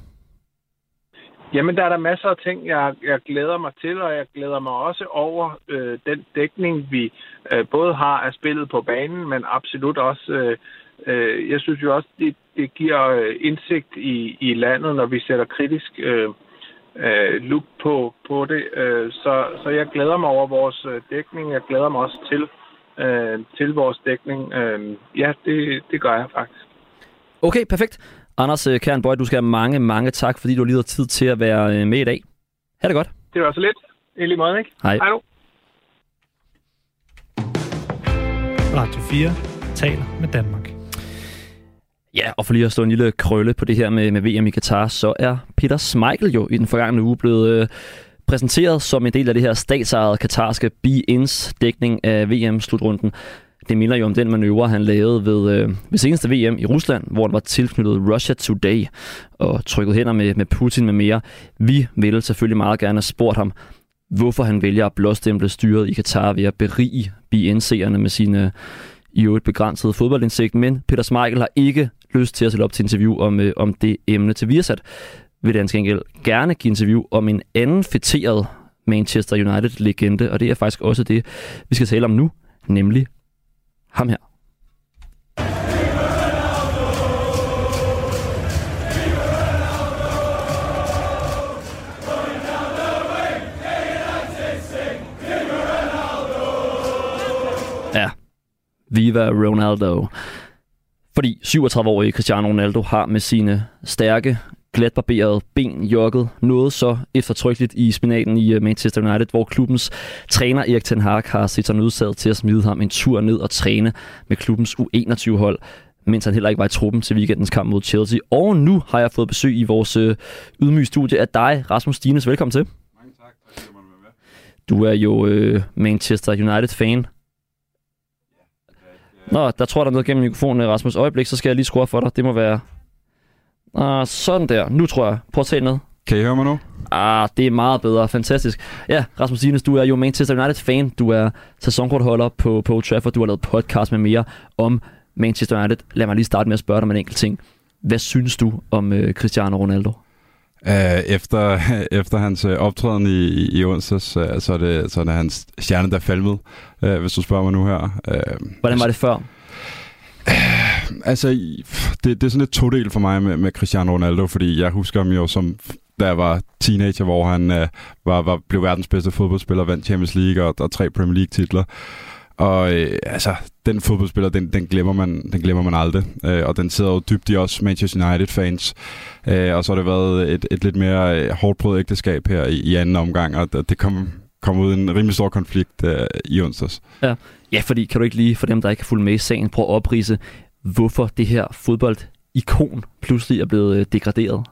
Speaker 4: Jamen, der er der masser af ting, jeg, jeg glæder mig til, og jeg glæder mig også over øh, den dækning, vi øh, både har af spillet på banen, men absolut også, øh, øh, jeg synes jo også, det, det giver indsigt i, i landet, når vi sætter kritisk øh, øh, look på, på det. Øh, så, så jeg glæder mig over vores dækning, jeg glæder mig også til, øh, til vores dækning. Øh, ja, det, det gør jeg faktisk.
Speaker 3: Okay, perfekt. Anders Kjern Boye, du skal have mange, mange tak, fordi du lige har tid til at være med i dag. Ha' det godt.
Speaker 4: Det var så lidt. I lige måde, ikke?
Speaker 3: Hej.
Speaker 4: Hej du.
Speaker 2: Radio fire taler med Danmark.
Speaker 3: Ja, og for lige at slå en lille krølle på det her med, med V M i Katar, så er Peter Schmeichel jo i den forgangne uge blevet øh, præsenteret som en del af det her statsejede katarske Be-Ins dækning af V M-slutrunden. Det minder jo om den manøvre, han lavede ved, øh, ved seneste V M i Rusland, hvor han var tilknyttet Russia Today og trykket hænder med, med Putin med mere. Vi ville selvfølgelig meget gerne have spurgt ham, hvorfor han vælger at blåstemple styret i Katar ved at berige Be-In-seerne med sine i øvrigt begrænsede fodboldindsigt. Men Peter Schmeichel har ikke lyst til at sætte op til interview om, øh, om det emne til Viasat. Vil han gengæld gerne give interview om en anden fætteret Manchester United-legende, og det er faktisk også det, vi skal tale om nu, nemlig ham her. Viva Ronaldo. Fordi syvogtredive-årige Cristiano Ronaldo har med sine stærke, glatbarberede ben jogget noget så eftertrykkeligt i spinaten i Manchester United, hvor klubbens træner Erik ten Hag har set sig nødsaget til at smide ham en tur ned og træne med klubbens U enogtyve-hold, mens han heller ikke var i truppen til weekendens kamp mod Chelsea. Og nu har jeg fået besøg i vores øh, ydmyge studie af dig, Rasmus Stines. Velkommen til.
Speaker 5: Mange tak. Tak skal du være med.
Speaker 3: Du er jo øh, Manchester United-fan. Nå, der tror jeg, der er noget gennem mikrofonen, Rasmus. Øjeblik, så skal jeg lige skrue for dig. Det må være... Ah, sådan der. Nu tror jeg. Prøv at tage ned.
Speaker 5: Kan I høre mig nu?
Speaker 3: Ah, det er meget bedre. Fantastisk. Ja, Rasmus Stines, du er jo Manchester United-fan. Du er sæsonkortholder på, på Old Trafford. Du har lavet podcast med mere om Manchester United. Lad mig lige starte med at spørge dig om en enkelt ting. Hvad synes du om øh, Cristiano Ronaldo?
Speaker 5: Uh, efter, efter hans uh, optræden i, i, i onsdags, uh, så, er det, så er det hans stjerne, der falmet, uh, hvis du spørger mig nu her. Uh,
Speaker 3: Hvordan var det før?
Speaker 5: Uh, altså, det, det er sådan et todel for mig med, med Cristiano Ronaldo, fordi jeg husker ham jo som, da jeg var teenager, hvor han uh, var, var, blev verdens bedste fodboldspiller, vandt Champions League og, og tre Premier League-titler. Og øh, altså, den fodboldspiller, den, den, glemmer man, den glemmer man aldrig. Øh, og den sidder jo dybt i os Manchester United-fans. Øh, og så har det været et, et lidt mere øh, hårdprøvet ægteskab her i, i anden omgang, og det kom, kom ud en rimelig stor konflikt øh, i onsdags.
Speaker 3: Ja. ja, fordi kan du ikke lige, for dem, der ikke kan følge med i sagen, prøve at oprise, hvorfor det her fodboldikon pludselig er blevet øh, degraderet?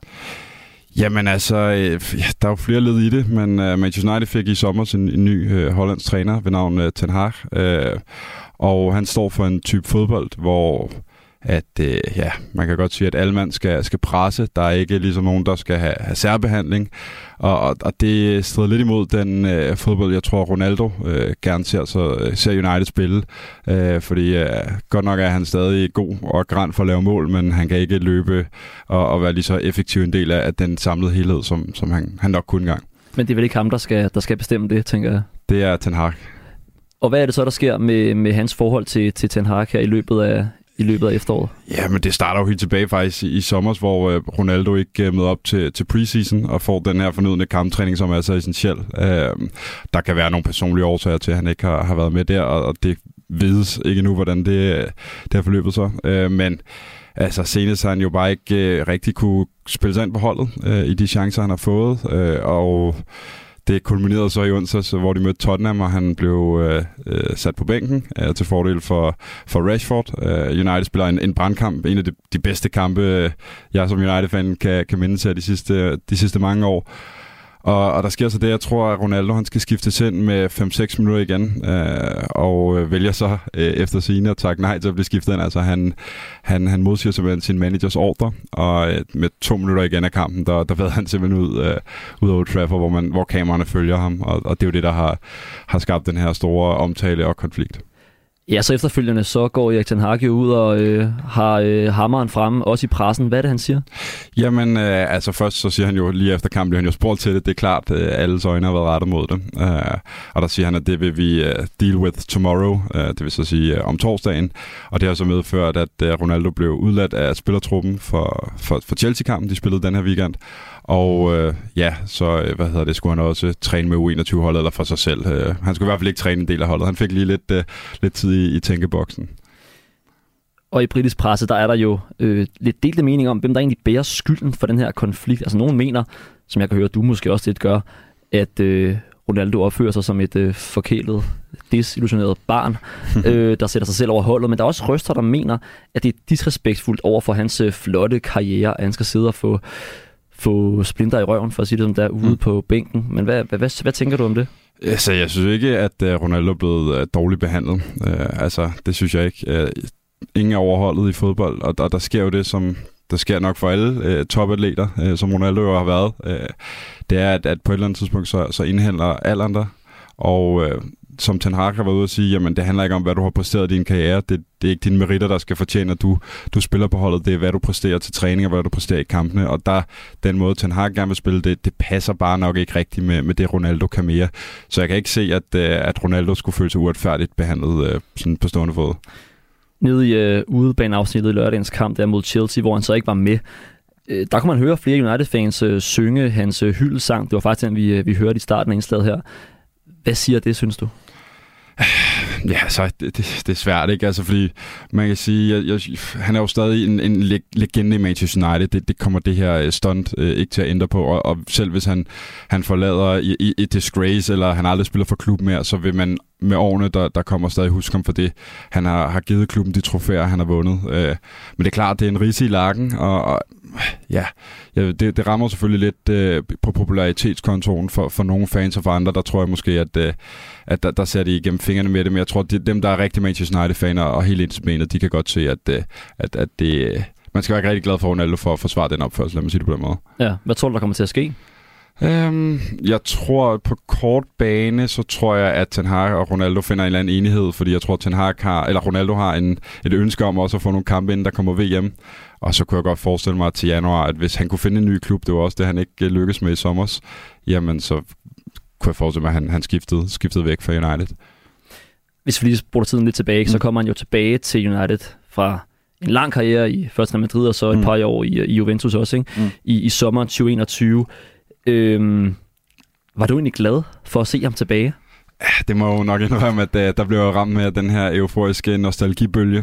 Speaker 5: Jamen altså, øh, der er jo flere led i det, men øh, Manchester United fik i sommer en, en ny øh, hollandsk træner ved navn øh, Ten Hag, øh, og han står for en type fodbold, hvor at, øh, ja, man kan godt sige, at alle mand skal, skal presse. Der er ikke ligesom nogen, der skal have, have særbehandling, og, og, og det strider lidt imod den øh, fodbold, jeg tror Ronaldo øh, gerne ser, så, ser United spille, øh, fordi øh, godt nok er han stadig god og græn for at lave mål, men han kan ikke løbe og, og være lige så effektiv en del af, af den samlede helhed, som, som han, han nok kunne engang.
Speaker 3: Men det er vel ikke ham, der skal, der skal bestemme det, tænker jeg?
Speaker 5: Det er Ten Hag.
Speaker 3: Og hvad er det så, der sker med, med hans forhold til, til Ten Hag her i løbet af i løbet af efteråret?
Speaker 5: Ja, men det starter jo helt tilbage faktisk i, i sommer, hvor øh, Ronaldo ikke øh, møder op til, til preseason og får den her fornødne kamptræning, som er så essentiel. Øh, der kan være nogle personlige årsager til, at han ikke har, har været med der, og, og det vides ikke nu, hvordan det, det har forløbet sig. Øh, men altså, senest har han jo bare ikke øh, rigtig kunne spille sig ind på holdet øh, i de chancer, han har fået, øh, og det kulminerede så i onsdags, hvor de mødte Tottenham, og han blev øh, øh, sat på bænken øh, til fordel for, for Rashford. Øh, United spiller en, en brandkamp, en af de, de bedste kampe, øh, jeg som United-fan kan, kan minde sig de sidste, de sidste mange år. Og, og der sker så det, jeg tror, at Ronaldo han skal skiftes ind med fem seks minutter igen, øh, og øh, vælger så øh, efter sigende at takke nej til at blive skiftet ind. Altså han, han, han modsiger simpelthen sin managers ordre, og øh, med to minutter igen af kampen, der, der vader han simpelthen ud, øh, ud af Old Trafford, hvor, man, hvor kameraerne følger ham, og, og det er jo det, der har, har skabt den her store omtale og konflikt.
Speaker 3: Ja, så efterfølgende så går Erik ten Hag ud og øh, har øh, hammeren fremme, også i pressen. Hvad er det, han siger?
Speaker 5: Jamen, øh, altså først så siger han jo, lige efter kampen, han jo spurgt til det. Det er klart, øh, alles øjne har været rettet mod det. Øh, og der siger han, at det vil vi uh, deal with tomorrow, øh, det vil så sige uh, om torsdagen. Og det har så medført, at uh, Ronaldo blev udladt af spillertruppen for, for, for Chelsea-kampen, de spillede den her weekend. Og øh, ja, så øh, hvad hedder det, skulle han også træne med U enogtyve-holdet eller for sig selv. Øh, han skulle i hvert fald ikke træne en del af holdet. Han fik lige lidt, øh, lidt tid i, i tænkeboksen.
Speaker 3: Og i britisk presse, der er der jo øh, lidt delte mening om, hvem der egentlig bærer skylden for den her konflikt. Altså nogen mener, som jeg kan høre, du måske også lidt gør, at øh, Ronaldo opfører sig som et øh, forkælet, desillusioneret barn, øh, der sætter sig selv over holdet. Men der er også røster, der mener, at det er disrespektfuldt over for hans øh, flotte karriere, at han skal sidde og få få splinter i røven, for at sige det som der, ude mm. på bænken. Men hvad, hvad, hvad, hvad tænker du om det?
Speaker 5: Altså, jeg synes ikke, at uh, Ronaldo er blevet uh, dårligt behandlet. Uh, altså, det synes jeg ikke. Uh, ingen er overholdet i fodbold, og der, der sker jo det, som der sker nok for alle uh, topatleter, uh, som Ronaldo jo har været. Uh, det er, at, at på et eller andet tidspunkt, så, så indhandler alle andre, og uh, som Ten Hag har været ude at sige, jamen det handler ikke om, hvad du har præsteret i din karriere. Det, det er ikke dine meritter, der skal fortjene, at du, du spiller på holdet. Det er, hvad du præsterer til træning, og hvad du præsterer i kampene. Og der, den måde, Ten Hag gerne vil spille, det, det passer bare nok ikke rigtigt med, med det, Ronaldo kan mere. Så jeg kan ikke se, at, at Ronaldo skulle føle sig uretfærdigt behandlet sådan på stående fod.
Speaker 3: Nede i øh, udebaneafsnittet i lørdagens kamp der mod Chelsea, hvor han så ikke var med, øh, der kunne man høre flere United-fans øh, synge hans øh, hyldesang. Det var faktisk den, vi, øh, vi hørte i starten af indslaget her. Hvad siger det, synes du?
Speaker 5: Ja, så det, det, det er svært, ikke? Altså, fordi man kan sige, jeg, jeg, han er jo stadig en, en legende i Manchester United. Det, det kommer det her stunt øh, ikke til at ændre på. Og, og selv hvis han, han forlader i, i, i disgrace, eller han aldrig spiller for klub mere, så vil man med årene, der, der kommer stadig huske ham for det. Han har, har givet klubben de trofæer, han har vundet. Øh, men det er klart, det er en rise i lakken, og, og ja, ja det, det rammer selvfølgelig lidt øh, på popularitetskontoen for, for nogle fans, og for andre, der tror jeg måske, at, øh, at der, der ser de igennem fingrene med det. Men jeg tror, at dem, der er rigtig Manchester United-faner og helt ind til benet, de kan godt se, at, øh, at, at det, man skal være rigtig glad for Ronaldo for at forsvare den opførsel, lad mig sige det på den måde.
Speaker 3: Ja, hvad tror du, der kommer til at ske?
Speaker 5: Um, jeg tror, på kort bane, så tror jeg, at Ten Hag og Ronaldo finder en eller anden enighed, fordi jeg tror, at Ten Hag har, eller Ronaldo har en, et ønske om også at få nogle kampe inden der kommer V M. Og så kunne jeg godt forestille mig til januar, at hvis han kunne finde en ny klub, det var også det, han ikke lykkedes med i sommer, jamen så kunne jeg forestille mig, at han, han skiftede, skiftede væk fra United.
Speaker 3: Hvis vi lige bruger tiden lidt tilbage, mm. så kommer han jo tilbage til United fra en lang karriere i først Real Madrid, og så et mm. par år i, i Juventus også, ikke? Mm. I, i sommeren tyve enogtyve. Øhm, var du egentlig glad for at se ham tilbage?
Speaker 5: Det må jo nok indrømme, at der blev ramt med den her euforiske nostalgibølge.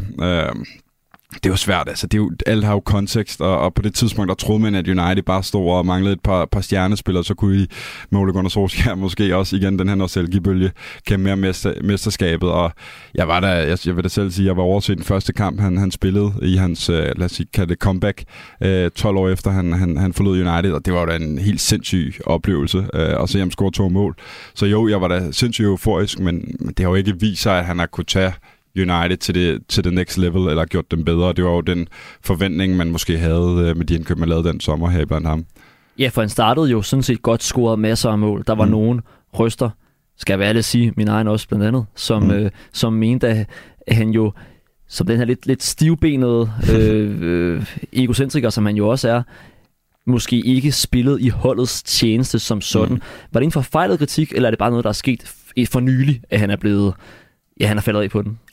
Speaker 5: Det er jo svært, altså. Det er jo, alt har jo kontekst, og, og på det tidspunkt, der troede man, at United bare stod og manglede et par, par stjernespillere, så kunne I med Ole Gunnar Solskjaer måske også igen den her nostalgibølge kæmpe mere mester, mesterskabet, og jeg var der, jeg, jeg vil da selv sige, jeg var over til den første kamp, han, han spillede i hans, uh, lad os sige, kalde det comeback, uh, tolv år efter han, han, han forlod United, og det var da en helt sindssyg oplevelse, uh, at se ham score to mål. Så jo, jeg var da sindssygt euforisk, men det har jo ikke vist sig, at han har kunne tage United til det, til det next level, eller gjort dem bedre. Det var jo den forventning, man måske havde med de indkøb, man lavede den sommer her blandt ham. Ja,
Speaker 3: for han startede jo sådan set godt, scoret masser af mål. Der var mm. nogen røster, skal jeg ærligt sige, min egen også blandt andet, som, mm. øh, som mente, at han jo, som den her lidt, lidt stivbenede øh, øh, egocentriker, som han jo også er, måske ikke spillet i holdets tjeneste som sådan. Mm. Var det en forfejlet kritik, eller er det bare noget, der er sket for nylig, at han er blevet... Ja, han er faldet af på den.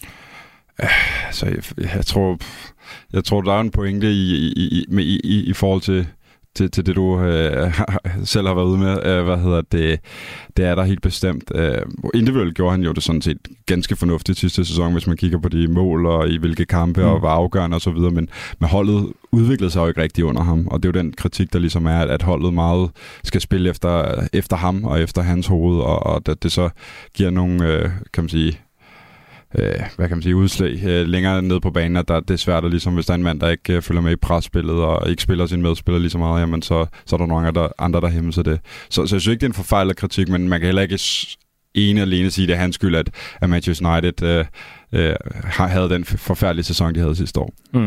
Speaker 5: Så jeg, jeg tror, jeg tror der er en pointe i i i med, i, i, i forhold til til, til det du øh, selv har været ude med. Øh, hvad hedder det? Det er der helt bestemt. Øh, individuelt gjorde han jo det sådan set ganske fornuftigt sidste sæson, hvis man kigger på de mål og i hvilke kampe mm. og var afgørende og så videre. Men med holdet udviklede sig jo ikke rigtig under ham, og det er jo den kritik, der ligesom er, at holdet meget skal spille efter efter ham og efter hans hoved, og, og at det så giver nogle, øh, kan man sige, Øh, hvad kan man sige, udslag øh, længere ned på banen, at der, det er svært, at ligesom, hvis der er en mand, der ikke øh, følger med i presspillet og ikke spiller sin medspiller lige så meget, jamen så, så er der nogle andre, andre der hæmmer sig det. Så, så jeg synes ikke, det er en forfejlet kritik, men man kan heller ikke ene alene sige, det er hans skyld, at, at Manchester United øh, øh, havde den forfærdelige sæson, de havde sidste år. Mm.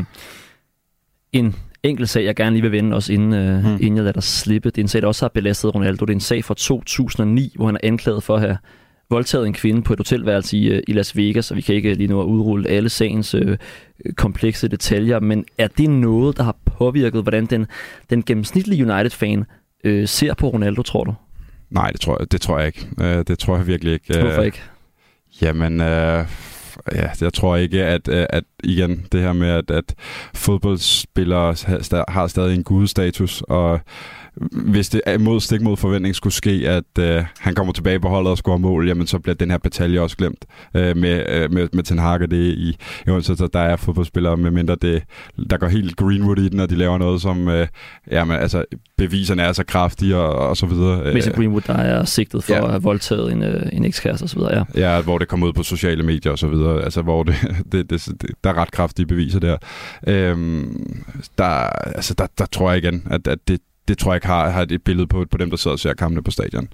Speaker 3: En enkelt sag, jeg gerne lige vil vende også, inden, øh, mm. inden jeg lader dig slippe. Det er en sag, der også har belastet Ronaldo. Det er en sag fra to tusind og ni, hvor han er anklaget for at have voldtaget en kvinde på et hotelværelse i, i Las Vegas, og vi kan ikke lige nu at udrulle alle sagens øh, komplekse detaljer, men er det noget, der har påvirket, hvordan den, den gennemsnitlige United-fan øh, ser på Ronaldo, tror du?
Speaker 5: Nej, det tror jeg, det tror jeg ikke. Uh, det tror jeg virkelig ikke.
Speaker 3: Hvorfor ikke?
Speaker 5: Uh, jamen, uh, ja, jeg tror ikke, at, at igen, det her med, at, at fodboldspillere har stadig en gudestatus, og hvis det mod stik mod forventning skulle ske, at øh, han kommer tilbage på holdet og scorer mål, jamen så bliver den her batalje også glemt øh, med, øh, med, med Ten Hag. Det i, jo, så der er fodboldspillere, med mindre det, der går helt Greenwood i den, og de laver noget, som øh, jamen, altså, beviserne er så kraftige og, og så videre.
Speaker 3: Messi Greenwood, der er sigtet for ja. at have voldtaget en, en ekskæreste og så videre,
Speaker 5: ja. Ja, hvor det kommer ud på sociale medier og så videre, altså hvor det, det, det, det, der er ret kraftige beviser der. Øhm, der, altså, der, der tror jeg igen, at, at det Det tror jeg ikke har, har et billede på, på dem, der sidder og ser kampene på stadion.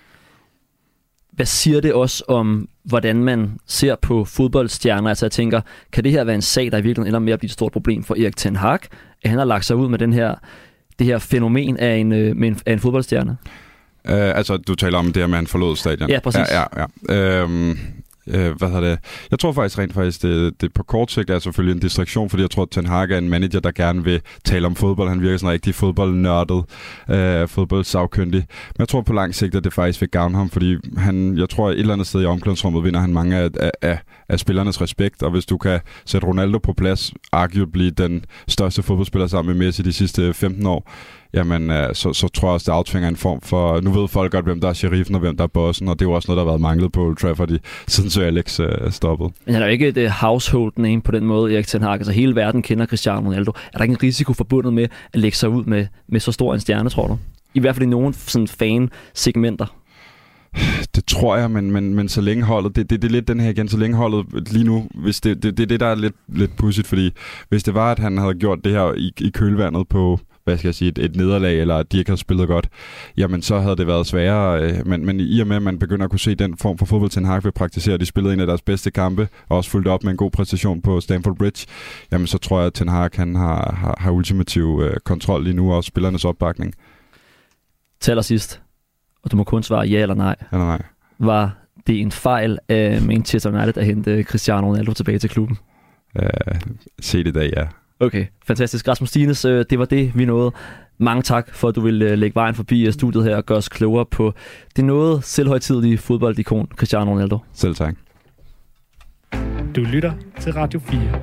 Speaker 3: Hvad siger det også om, hvordan man ser på fodboldstjerner? Altså jeg tænker, kan det her være en sag, der i virkeligheden ender med at blive et stort problem for Erik Ten Hag? At han har lagt sig ud med den her, det her fænomen af en, med en, af en fodboldstjerne?
Speaker 5: Uh, altså, du taler om det her med, at han forlod stadion?
Speaker 3: Ja, præcis.
Speaker 5: Ja, ja, ja. Um Øh, hvad hedder det? Jeg tror faktisk rent faktisk, det, det på kort sigt er selvfølgelig en distraktion, fordi jeg tror, at Ten Hag er en manager, der gerne vil tale om fodbold. Han virker sådan rigtig fodboldnørdet, øh, fodboldsagkyndig. Men jeg tror på lang sigt, at det faktisk vil gavne ham, fordi han, jeg tror, at et eller andet sted i omklædningsrummet vinder han mange af, af, af, af spillernes respekt, og hvis du kan sætte Ronaldo på plads, arguably den største fodboldspiller sammen med Messi de sidste femten år, jamen øh, så, så tror jeg også, det aftvinger en form for... Nu ved folk godt, hvem der er sheriffen og hvem der er bossen, og det er jo også noget, der har været manglet på Old Trafford i, siden Sir Alex øh, stoppede. Men
Speaker 3: han er jo ikke et uh, household name på den måde, Erik ten Hag. Altså hele verden kender Cristiano Ronaldo. Er der ikke en risiko forbundet med at lægge sig ud med, med så stor en stjerne, tror du? I hvert fald i nogle sådan fan-segmenter.
Speaker 5: Det tror jeg, men, men, men så længe holdet, det, det, det er lidt den her igen, så længe holdet lige nu, hvis det, det, det, det der er lidt, lidt pudsigt, fordi hvis det var, at han havde gjort det her i, i kølvandet på, hvad skal jeg sige, et, et nederlag, eller at de ikke havde spillet godt, jamen så havde det været sværere, men, men i og med, at man begynder at kunne se den form for fodbold, Ten Hag vil praktisere, de spillede en af deres bedste kampe, og også fulgt op med en god præstation på Stamford Bridge, jamen så tror jeg, at Ten Hag han har, har, har ultimativ øh, kontrol lige nu, og også spillernes opbakning.
Speaker 3: Til allersidst, og du må kun svare ja eller nej.
Speaker 5: Ja eller nej.
Speaker 3: Var det en fejl af Manchester United at hente Cristiano Ronaldo tilbage til klubben?
Speaker 5: Uh, se det i dag, ja.
Speaker 3: Okay, fantastisk. Rasmus Stines, det var det, vi nåede. Mange tak for, at du ville lægge vejen forbi studiet her og gøre os klogere på det noget selvhøjtidelige fodboldikon Cristiano Ronaldo.
Speaker 5: Selv tak.
Speaker 2: Du lytter til Radio fire.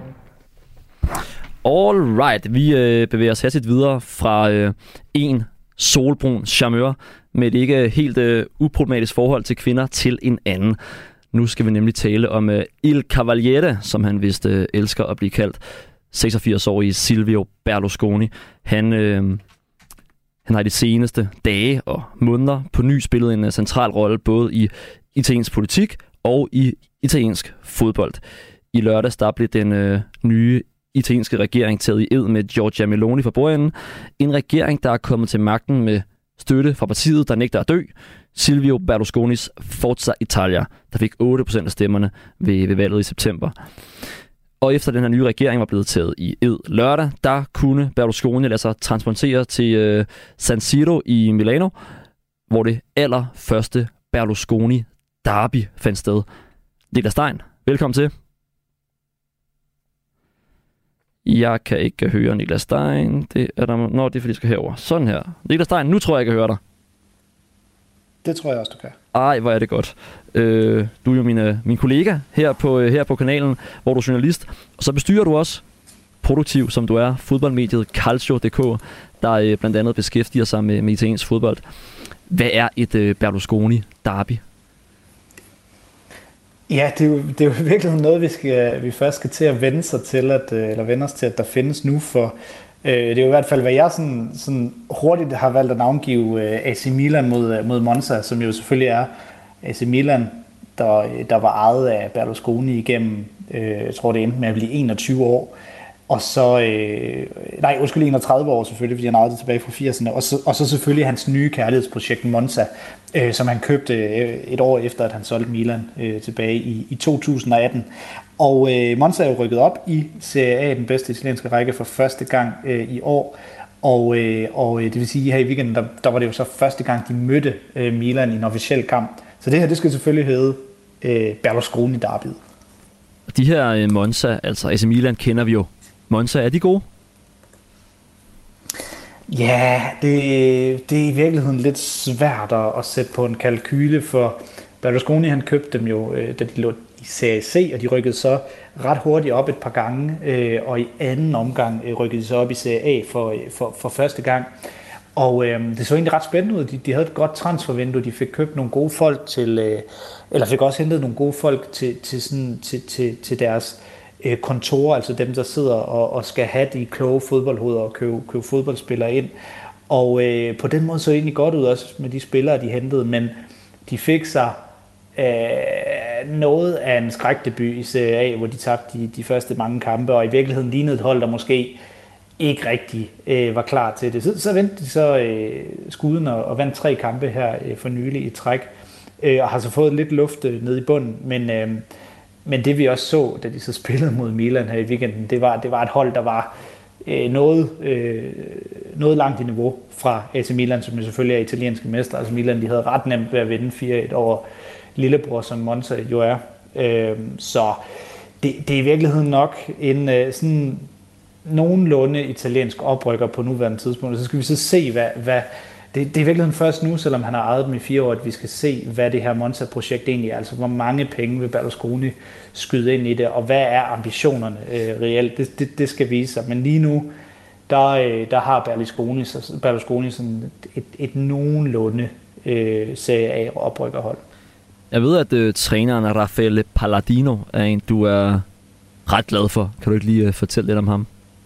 Speaker 3: All right, vi øh, bevæger os hastigt videre fra øh, en solbrun charmeur med et ikke helt øh, uproblematisk forhold til kvinder til en anden. Nu skal vi nemlig tale om øh, Il Cavaliere, som han vist øh, elsker at blive kaldt. seksogfirs-årige Silvio Berlusconi. Han, øh, han har i de seneste dage og måneder på ny spillet en uh, central rolle både i italiensk politik og i italiensk fodbold. I lørdags der blev den øh, nye italienske regering taget i ed med Giorgia Meloni for bordenden. En regering, der er kommet til magten med støtte fra partiet, der nægter at dø. Silvio Berlusconis Forza Italia, der fik otte procent af stemmerne ved, ved valget i september. Og efter den her nye regering var blevet taget i ed lørdag, der kunne Berlusconi lade sig transportere til øh, San Siro i Milano, hvor det allerførste Berlusconi derby fandt sted. Niklas Stein, velkommen til. Jeg kan ikke høre Niklas Stein. Det er der... Nå, det er fordi, jeg skal herover. Sådan her. Niklas Stein, nu tror jeg, jeg kan høre dig.
Speaker 6: Det tror jeg også, du kan.
Speaker 3: Ej, hvor er det godt. Øh, du er jo min, min kollega her på, her på kanalen, hvor du er journalist. Og så bestyrer du også, produktiv som du er, fodboldmediet Calcio punktum d k, der øh, blandt andet beskæftiger sig med, med italiensk fodbold. Hvad er et øh, Berlusconi-derby?
Speaker 6: Ja, det er, jo, det er jo virkelig noget, vi, skal, vi først skal til at vende sig til, at, eller vende os til, at der findes nu. For øh, det er jo i hvert fald, hvad jeg sådan, sådan hurtigt har valgt at navngive øh, A C Milan mod, mod Monza, som jo selvfølgelig er A C Milan, der, der var ejet af Berlusconi igennem, øh, jeg tror det endte med at blive enogtyve år. Og så, øh, nej, undskyld, enogtredive år selvfølgelig, fordi han ejede det tilbage fra firserne. Og så, og så selvfølgelig hans nye kærlighedsprojekt Monza, øh, som han købte øh, et år efter, at han solgte Milan øh, tilbage i, i to tusind og atten. Og øh, Monza er jo rykket op i Serie A, den bedste italienske række, for første gang øh, i år. Og, øh, og det vil sige, her i weekenden, der, der var det jo så første gang, de mødte øh, Milan i en officiel kamp. Så det her, det skal selvfølgelig hedde øh, Berlusconi-derbyet.
Speaker 3: De her øh, Monza, altså A C Milan, kender vi jo. Monza, er de gode?
Speaker 6: Ja, det, det er i virkeligheden lidt svært at, at sætte på en kalkyle, for Berlusconi han købte dem jo, da de lå i Serie C, og de rykkede så ret hurtigt op et par gange, og i anden omgang rykkede de så op i Serie A for, for, for første gang. Og øh, det så egentlig ret spændende ud. De, de havde et godt transfervindue, de fik købt nogle gode folk til, øh, eller fik også hentet nogle gode folk til, til, sådan, til, til, til deres kontorer, altså dem, der sidder og, og skal have de kloge fodboldhoveder og købe, købe fodboldspillere ind. Og øh, på den måde så det egentlig godt ud også med de spillere, de hentede, men de fik sig øh, noget af en skrækdebut i Serie A, hvor de tabte de, de første mange kampe, og i virkeligheden lignede et hold, der måske ikke rigtig øh, var klar til det. Så, så vendte de så øh, skuden og, og vandt tre kampe her øh, for nylig i træk, øh, og har så fået lidt luft øh, nede i bunden, men øh, Men det vi også så, da de så spillede mod Milan her i weekenden, det var, det var et hold, der var øh, noget, øh, noget langt i niveau fra A C Milan, som jo selvfølgelig er italienske mestre. Altså Milan, de havde ret nemt ved at vinde fire et over lillebror, som Monza jo er. Øh, så det, det er i virkeligheden nok en øh, sådan nogenlunde italiensk oprykker på nuværende tidspunkt. Så skal vi så se, hvad... hvad Det, det er i virkeligheden først nu, selvom han har ejet dem i fire år, at vi skal se, hvad det her Monza-projekt egentlig er. Altså, hvor mange penge vil Berlusconi skyde ind i det, og hvad er ambitionerne øh, reelt? Det, det, det skal vise sig. Men lige nu, der, der har Berlusconi, Berlusconi sådan et, et nogenlunde øh, Serie A oprykkerhold.
Speaker 3: Jeg ved, at øh, træneren Raffaele Palladino er en, du er ret glad for. Kan du ikke lige øh, fortælle lidt om ham?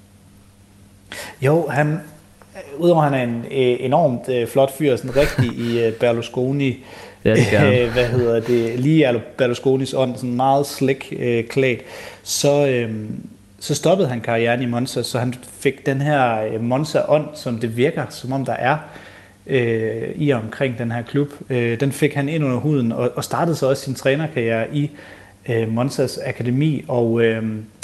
Speaker 6: Jo, han, udover han er en øh, enormt øh, flot fyr, sådan rigtig i øh, Berlusconi,
Speaker 3: ja, det
Speaker 6: øh, hvad hedder det, lige er Berlusconis ånd, sådan meget slick øh, klædt, så, øh, så stoppede han karrieren i Monza, så han fik den her øh, Monza-ånd, som det virker, som om der er øh, i og omkring den her klub. Øh, den fik han ind under huden, og, og startede så også sin trænerkarriere i øh, Monzas akademi, og øh,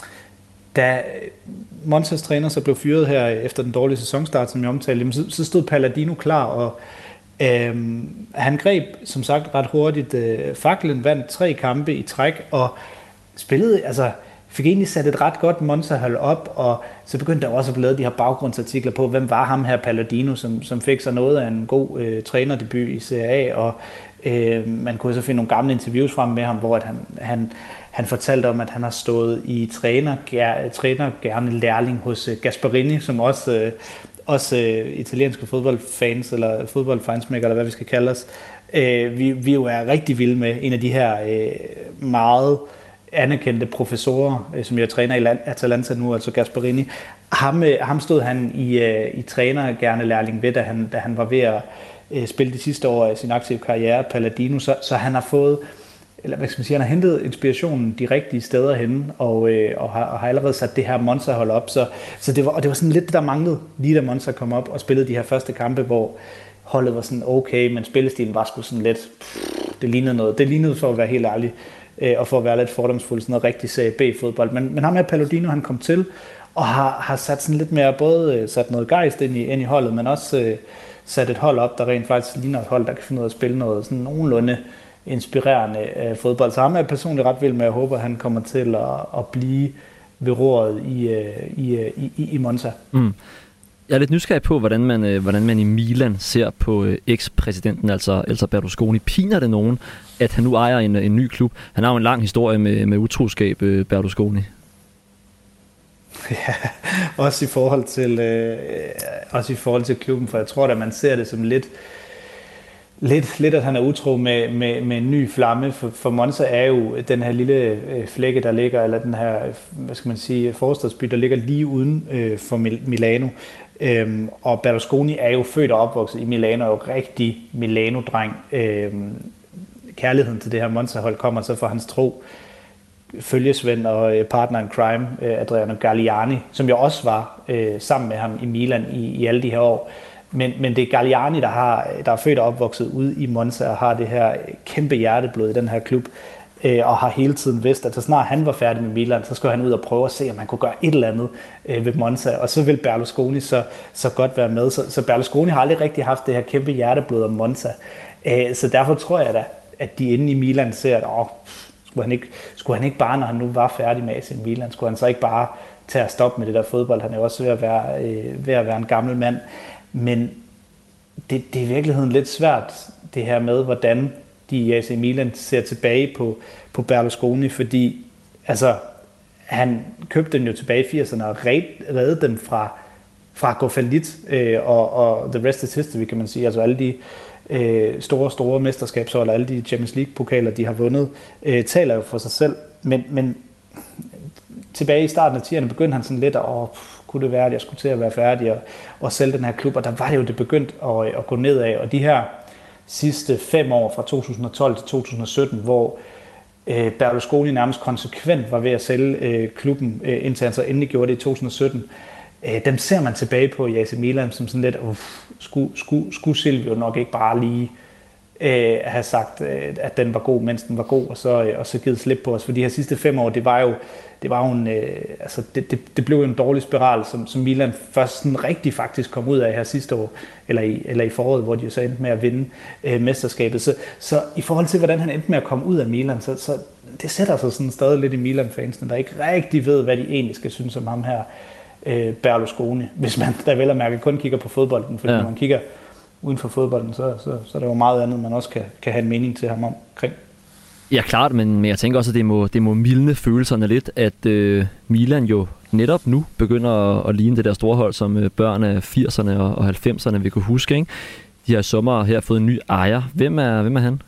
Speaker 6: da Monzas træner så blev fyret her efter den dårlige sæsonstart, som jeg omtalte, så, så stod Palladino klar, og øhm, han greb som sagt ret hurtigt øh, faklen, vandt tre kampe i træk, og spillede, altså fik egentlig sat et ret godt Monza-hold op, og så begyndte der også at blive lavet de her baggrundsartikler på, hvem var ham her Palladino, som, som fik sig noget af en god øh, trænerdebut i Serie A, og øh, man kunne så finde nogle gamle interviews frem med ham, hvor at han, han Han fortalte om, at han har stået i træner, ger, træner gerne lærling hos uh, Gasperini, som også, uh, også uh, italienske fodboldfans, eller fodboldfejnsmækker, eller hvad vi skal kalde os, uh, vi, vi jo er rigtig vilde med. En af de her uh, meget anerkendte professorer, uh, som jeg træner i Atalanta nu, altså Gasperini. Ham, uh, ham stod han i, uh, i træner gerne lærling ved, da han, da han var ved at uh, spille de sidste år af sin aktive karriere, Palladino, så, så han har fået eller hvad skal man sige, han har hentet inspirationen de rigtige steder henne, og, øh, og, har, og har allerede sat det her Monza-hold op, så, så det var, og det var sådan lidt det, der manglede, lige da Monza kom op og spillede de her første kampe, hvor holdet var sådan okay, men spillestilen var sgu sådan lidt, pff, det lignede noget, det lignede for at være helt ærlig, øh, og for at være lidt fordomsfuld, sådan noget rigtig Serie B-fodbold, men, men ham her Palladino, han kom til, og har, har sat sådan lidt mere, både øh, sat noget gejst ind i, ind i holdet, men også øh, sat et hold op, der rent faktisk ligner et hold, der kan finde ud af at spille noget sådan nogenlunde inspirerende øh, fodbold. Så ham er jeg personligt ret vild med, jeg håber, at han kommer til at, at blive ved roret i, øh, i, i, i Monza. Mm.
Speaker 3: Jeg er lidt nysgerrig på, hvordan man, øh, hvordan man i Milan ser på øh, ekspræsidenten, altså, altså Berlusconi. Piner det nogen, at han nu ejer en, en ny klub? Han har jo en lang historie med, med utroskab, øh, Berlusconi.
Speaker 6: Ja, også i forhold til øh, også i forhold til klubben, for jeg tror, at man ser det som lidt Lidt, lidt at han er utro med, med, med en ny flamme, for, for Monza er jo den her lille øh, flække, der ligger, eller den her, hvad skal man sige, forstadsby, der ligger lige uden øh, for Milano. Øhm, og Berlusconi er jo født og opvokset i Milano, er jo rigtig Milano-dreng. Øhm, kærligheden til det her Monza-hold kommer så fra hans tro følgesvend og øh, partner in crime, øh, Adriano Galliani, som jo også var øh, sammen med ham i Milan i, i alle de her år. Men, men det er Galliani, der, har, der er født og opvokset ude i Monza og har det her kæmpe hjerteblod i den her klub, øh, og har hele tiden vidst, at så snart han var færdig med Milan, så skulle han ud og prøve at se, om man kunne gøre et eller andet øh, ved Monza, og så vil Berlusconi så, så godt være med. Så, så Berlusconi har aldrig rigtig haft det her kæmpe hjerteblod om Monza. Øh, så derfor tror jeg da, at de inde i Milan ser, at åh, skulle, han ikke, skulle han ikke bare, når han nu var færdig med A C Milan, skulle han så ikke bare tage at stoppe med det der fodbold? Han er jo også ved at være, øh, ved at være en gammel mand. Men det, det er i virkeligheden lidt svært, det her med, hvordan de i A C Milan ser tilbage på, på Berlusconi, fordi altså, han købte den jo tilbage i firserne og reddede den fra, fra at gå fallit, øh, og, og the rest is history, kan man sige. Altså alle de øh, store, store mesterskabshold og alle de Champions League-pokaler, de har vundet, øh, taler jo for sig selv. Men, men tilbage i starten af tierne begyndte han sådan lidt at åh, kunne det være, at jeg skulle til at være færdig og, og sælge den her klub, og der var det jo det begyndt at, at gå nedad, og de her sidste fem år fra to tusind og tolv til to tusind og sytten, hvor øh, Berlusconi nærmest konsekvent var ved at sælge øh, klubben, øh, indtil han så endelig gjorde det i to tusind og sytten, øh, dem ser man tilbage på i A C Milan som sådan lidt, uff, skulle, skulle, skulle Silvio nok ikke bare lige øh, have sagt, øh, at den var god, mens den var god, og så, øh, og så givet slip på os, for de her sidste fem år, det var jo Det var jo en, øh, altså det, det, det blev jo en dårlig spiral, som, som Milan først sådan rigtig faktisk kom ud af her sidste år, eller i, eller i foråret, hvor de jo så endte med at vinde øh, mesterskabet. Så, så i forhold til, hvordan han endte med at komme ud af Milan, så, så det sætter sig sådan stadig lidt i Milan-fansene, der ikke rigtig ved, hvad de egentlig skal synes om ham her, øh, Berlusconi, hvis man der vel at mærke kun kigger på fodbolden, fordi ja. Når man kigger uden for fodbolden, så, så, så er der jo meget andet, man også kan, kan have en mening til ham omkring.
Speaker 3: Ja, klart, men, men jeg tænker også, at det må, det må mildne følelserne lidt, at øh, Milan jo netop nu begynder at, at ligne det der store hold, som øh, børn af firserne og, og halvfemserne vil kunne huske, ikke? De har i sommer her fået en ny ejer. Hvem er, hvem er han?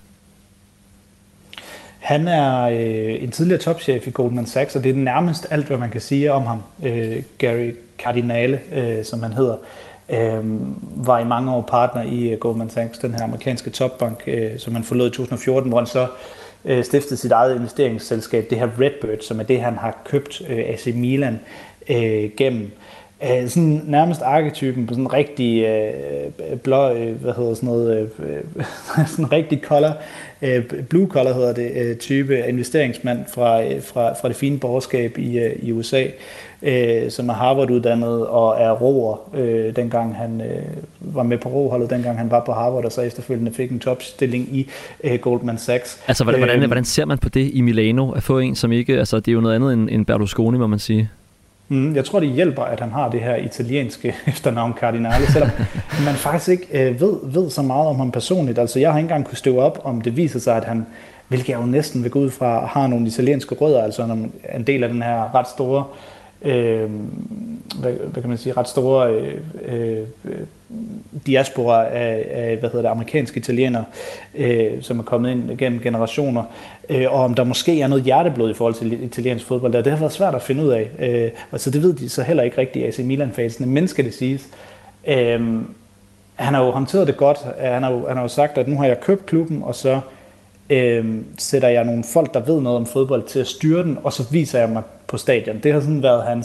Speaker 6: Han er øh, en tidligere topchef i Goldman Sachs, og det er nærmest alt, hvad man kan sige om ham. Øh, Gary Cardinale, øh, som han hedder, øh, var i mange år partner i uh, Goldman Sachs, den her amerikanske topbank, øh, som han forlod i to tusind og fjorten, hvor han så øh, stiftede sit eget investeringsselskab, det her Redbird, som er det, han har købt øh, A C Milan øh, gennem. Øh, sådan nærmest arketypen på sådan en rigtig øh, blå, øh, hvad hedder sådan noget, øh, sådan en rigtig color, øh, blue collar hedder det, øh, type investeringsmand fra, øh, fra, fra det fine borgerskab i, øh, i U S A, øh, som er Harvard-uddannet og er roer, øh, dengang han øh, var med på roholdet, dengang han var på Harvard, og så efterfølgende fik en topstilling i øh, Goldman Sachs.
Speaker 3: Altså, hvordan, hvordan, hvordan ser man på det i Milano, at få en, som ikke, altså det er jo noget andet end, end Berlusconi, må man sige.
Speaker 6: Mm, jeg tror, det hjælper, at han har det her italienske efternavn Cardinale, selvom man faktisk ikke øh, ved, ved så meget om ham personligt. Altså, jeg har ikke engang kunne støve op, om det viser sig, at han, hvilket jeg jo næsten vil gå ud fra, har nogle italienske rødder, altså en del af den her ret store, øh, hvad, hvad kan man sige, ret store øh, øh, diaspora af, af hvad hedder det, amerikanske italienere, øh, som er kommet ind gennem generationer, øh, og om der måske er noget hjerteblod i forhold til italiensk fodbold, der det har været svært at finde ud af, øh, og så det ved de så heller ikke rigtigt, A C Milan-fansene, men skal det siges. Øh, han har jo håndteret det godt, han har jo, han har jo sagt, at nu har jeg købt klubben, og så øh, sætter jeg nogle folk, der ved noget om fodbold, til at styre den, og så viser jeg mig på stadion. Det har sådan været hans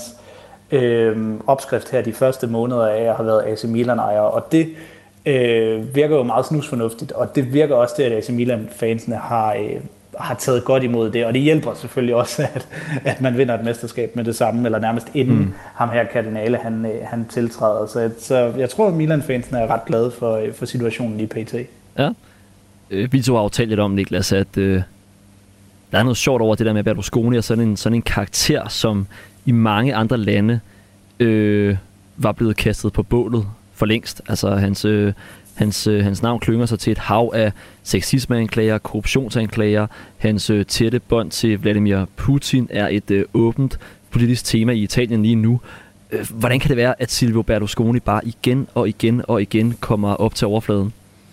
Speaker 6: Øhm, opskrift her de første måneder af, at jeg har været A C Milan-ejer, og det øh, virker jo meget snusfornuftigt, og det virker også til, at A C Milan-fansene har, øh, har taget godt imod det, og det hjælper selvfølgelig også, at, at man vinder et mesterskab med det samme, eller nærmest inden mm. ham her Cardinale, han, han tiltræder. Så, så jeg tror, at Milan-fansene er ret glade for, for situationen i P T.
Speaker 3: Ja, øh, vi to har jo talt lidt om, Niklas, at øh, der er noget sjovt over det der med Berlusconi, og sådan en, sådan en karakter, som i mange andre lande øh, var blevet kastet på bålet for længst. Altså hans, øh, hans, øh, hans navn klynger sig til et hav af sexismeanklager, korruptionsanklager. Hans øh, tætte bånd til Vladimir Putin er et øh, åbent politisk tema i Italien lige nu. Øh, hvordan kan det være, at Silvio Berlusconi bare igen og igen og igen kommer op til overfladen?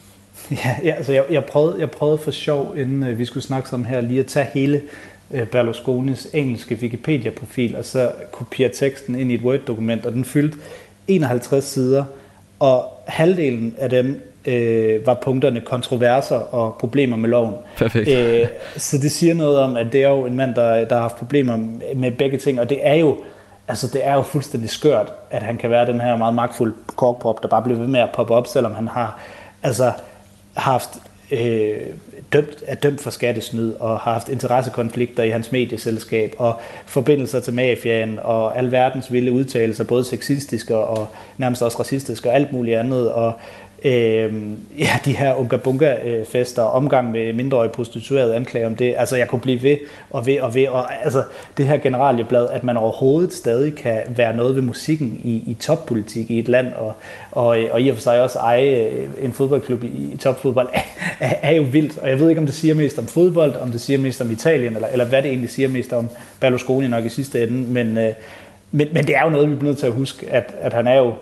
Speaker 6: Ja, ja altså jeg, jeg, prøvede, jeg prøvede for sjov, inden øh, vi skulle snakke sammen her, lige at tage hele Berlusconis engelske Wikipedia-profil, og så kopiere teksten ind i et Word-dokument, og den fyldte enoghalvtreds sider, og halvdelen af dem øh, var punkterne kontroverser og problemer med loven.
Speaker 3: Perfekt.
Speaker 6: Øh, så det siger noget om, at det er jo en mand, der, der har haft problemer med begge ting, og det er jo altså det er jo fuldstændig skørt, at han kan være den her meget magtfulde korkprop, der bare bliver ved med at poppe op, selvom han har altså haft øh, dømt, er dømt for skattesnyd og har haft interessekonflikter i hans medieselskab og forbindelser til mafiaen og alverdens vilde udtalelser, både sexistiske og nærmest også racistiske og alt muligt andet, og øh, ja, de her unga-bunga-fester, omgang med mindreårige prostituerede, anklager om det. Altså, jeg kunne blive ved og ved og ved, og altså, det her generalieblad, at man overhovedet stadig kan være noget ved musikken i, i toppolitik i et land, og, og, og i og for sig også eje en fodboldklub i, i topfodbold, er, er, er jo vildt. Og jeg ved ikke, om det siger mest om fodbold, om det siger mest om Italien, eller, eller hvad det egentlig siger mest om Berlusconi nok i sidste ende, men, øh, men, men det er jo noget, vi bliver nødt til at huske, at, at han er jo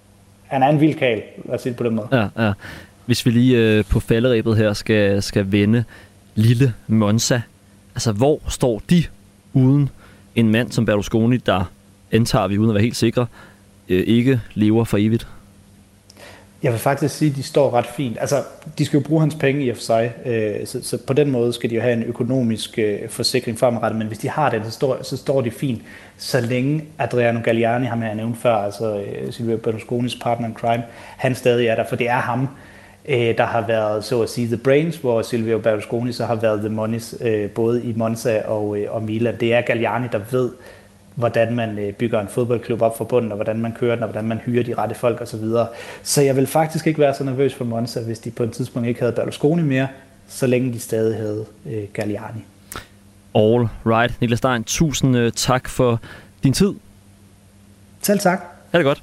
Speaker 6: Han er en vild kæl, lad os sige det på den måde.
Speaker 3: Ja, ja. Hvis vi lige øh, på falderebet her skal, skal vende lille Monza. Altså, hvor står de uden en mand som Berlusconi, der, antager vi uden at være helt sikre, øh, ikke lever for evigt?
Speaker 6: Jeg vil faktisk sige, at de står ret fint. Altså, de skal jo bruge hans penge i og for sig, øh, så, så på den måde skal de jo have en økonomisk øh, forsikring fremadrettet, men hvis de har det, så står, så står de fint, så længe Adriano Galliani, ham jeg nævnte før, altså øh, Silvio Berlusconis partner in crime, han stadig er der, for det er ham, øh, der har været, så at sige, the brains, hvor Silvio Berlusconi så har været the monies, øh, både i Monza og, øh, og Milan. Det er Galliani, der ved, hvordan man bygger en fodboldklub op fra bunden, og hvordan man kører den, og hvordan man hyrer de rette folk osv. Så, så jeg vil faktisk ikke være så nervøs for Monza, hvis de på et tidspunkt ikke havde Berlusconi mere, så længe de stadig havde øh, Galliani.
Speaker 3: All right. Niklas Stein, tusind øh, tak for din tid.
Speaker 6: Selv tak.
Speaker 3: Ja, det er godt.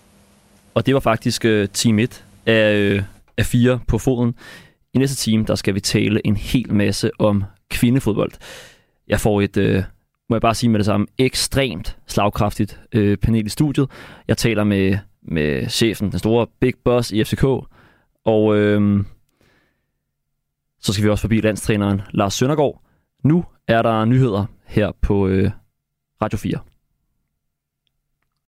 Speaker 3: Og det var faktisk øh, team et af, øh, af fire på foden. I næste time, der skal vi tale en hel masse om kvindefodbold. Jeg får et... Øh, må jeg bare sige med det samme, ekstremt slagkraftigt øh, panel i studiet. Jeg taler med, med chefen, den store big boss i F C K, og øh, så skal vi også forbi landstræneren Lars Søndergaard. Nu er der nyheder her på øh, Radio fire.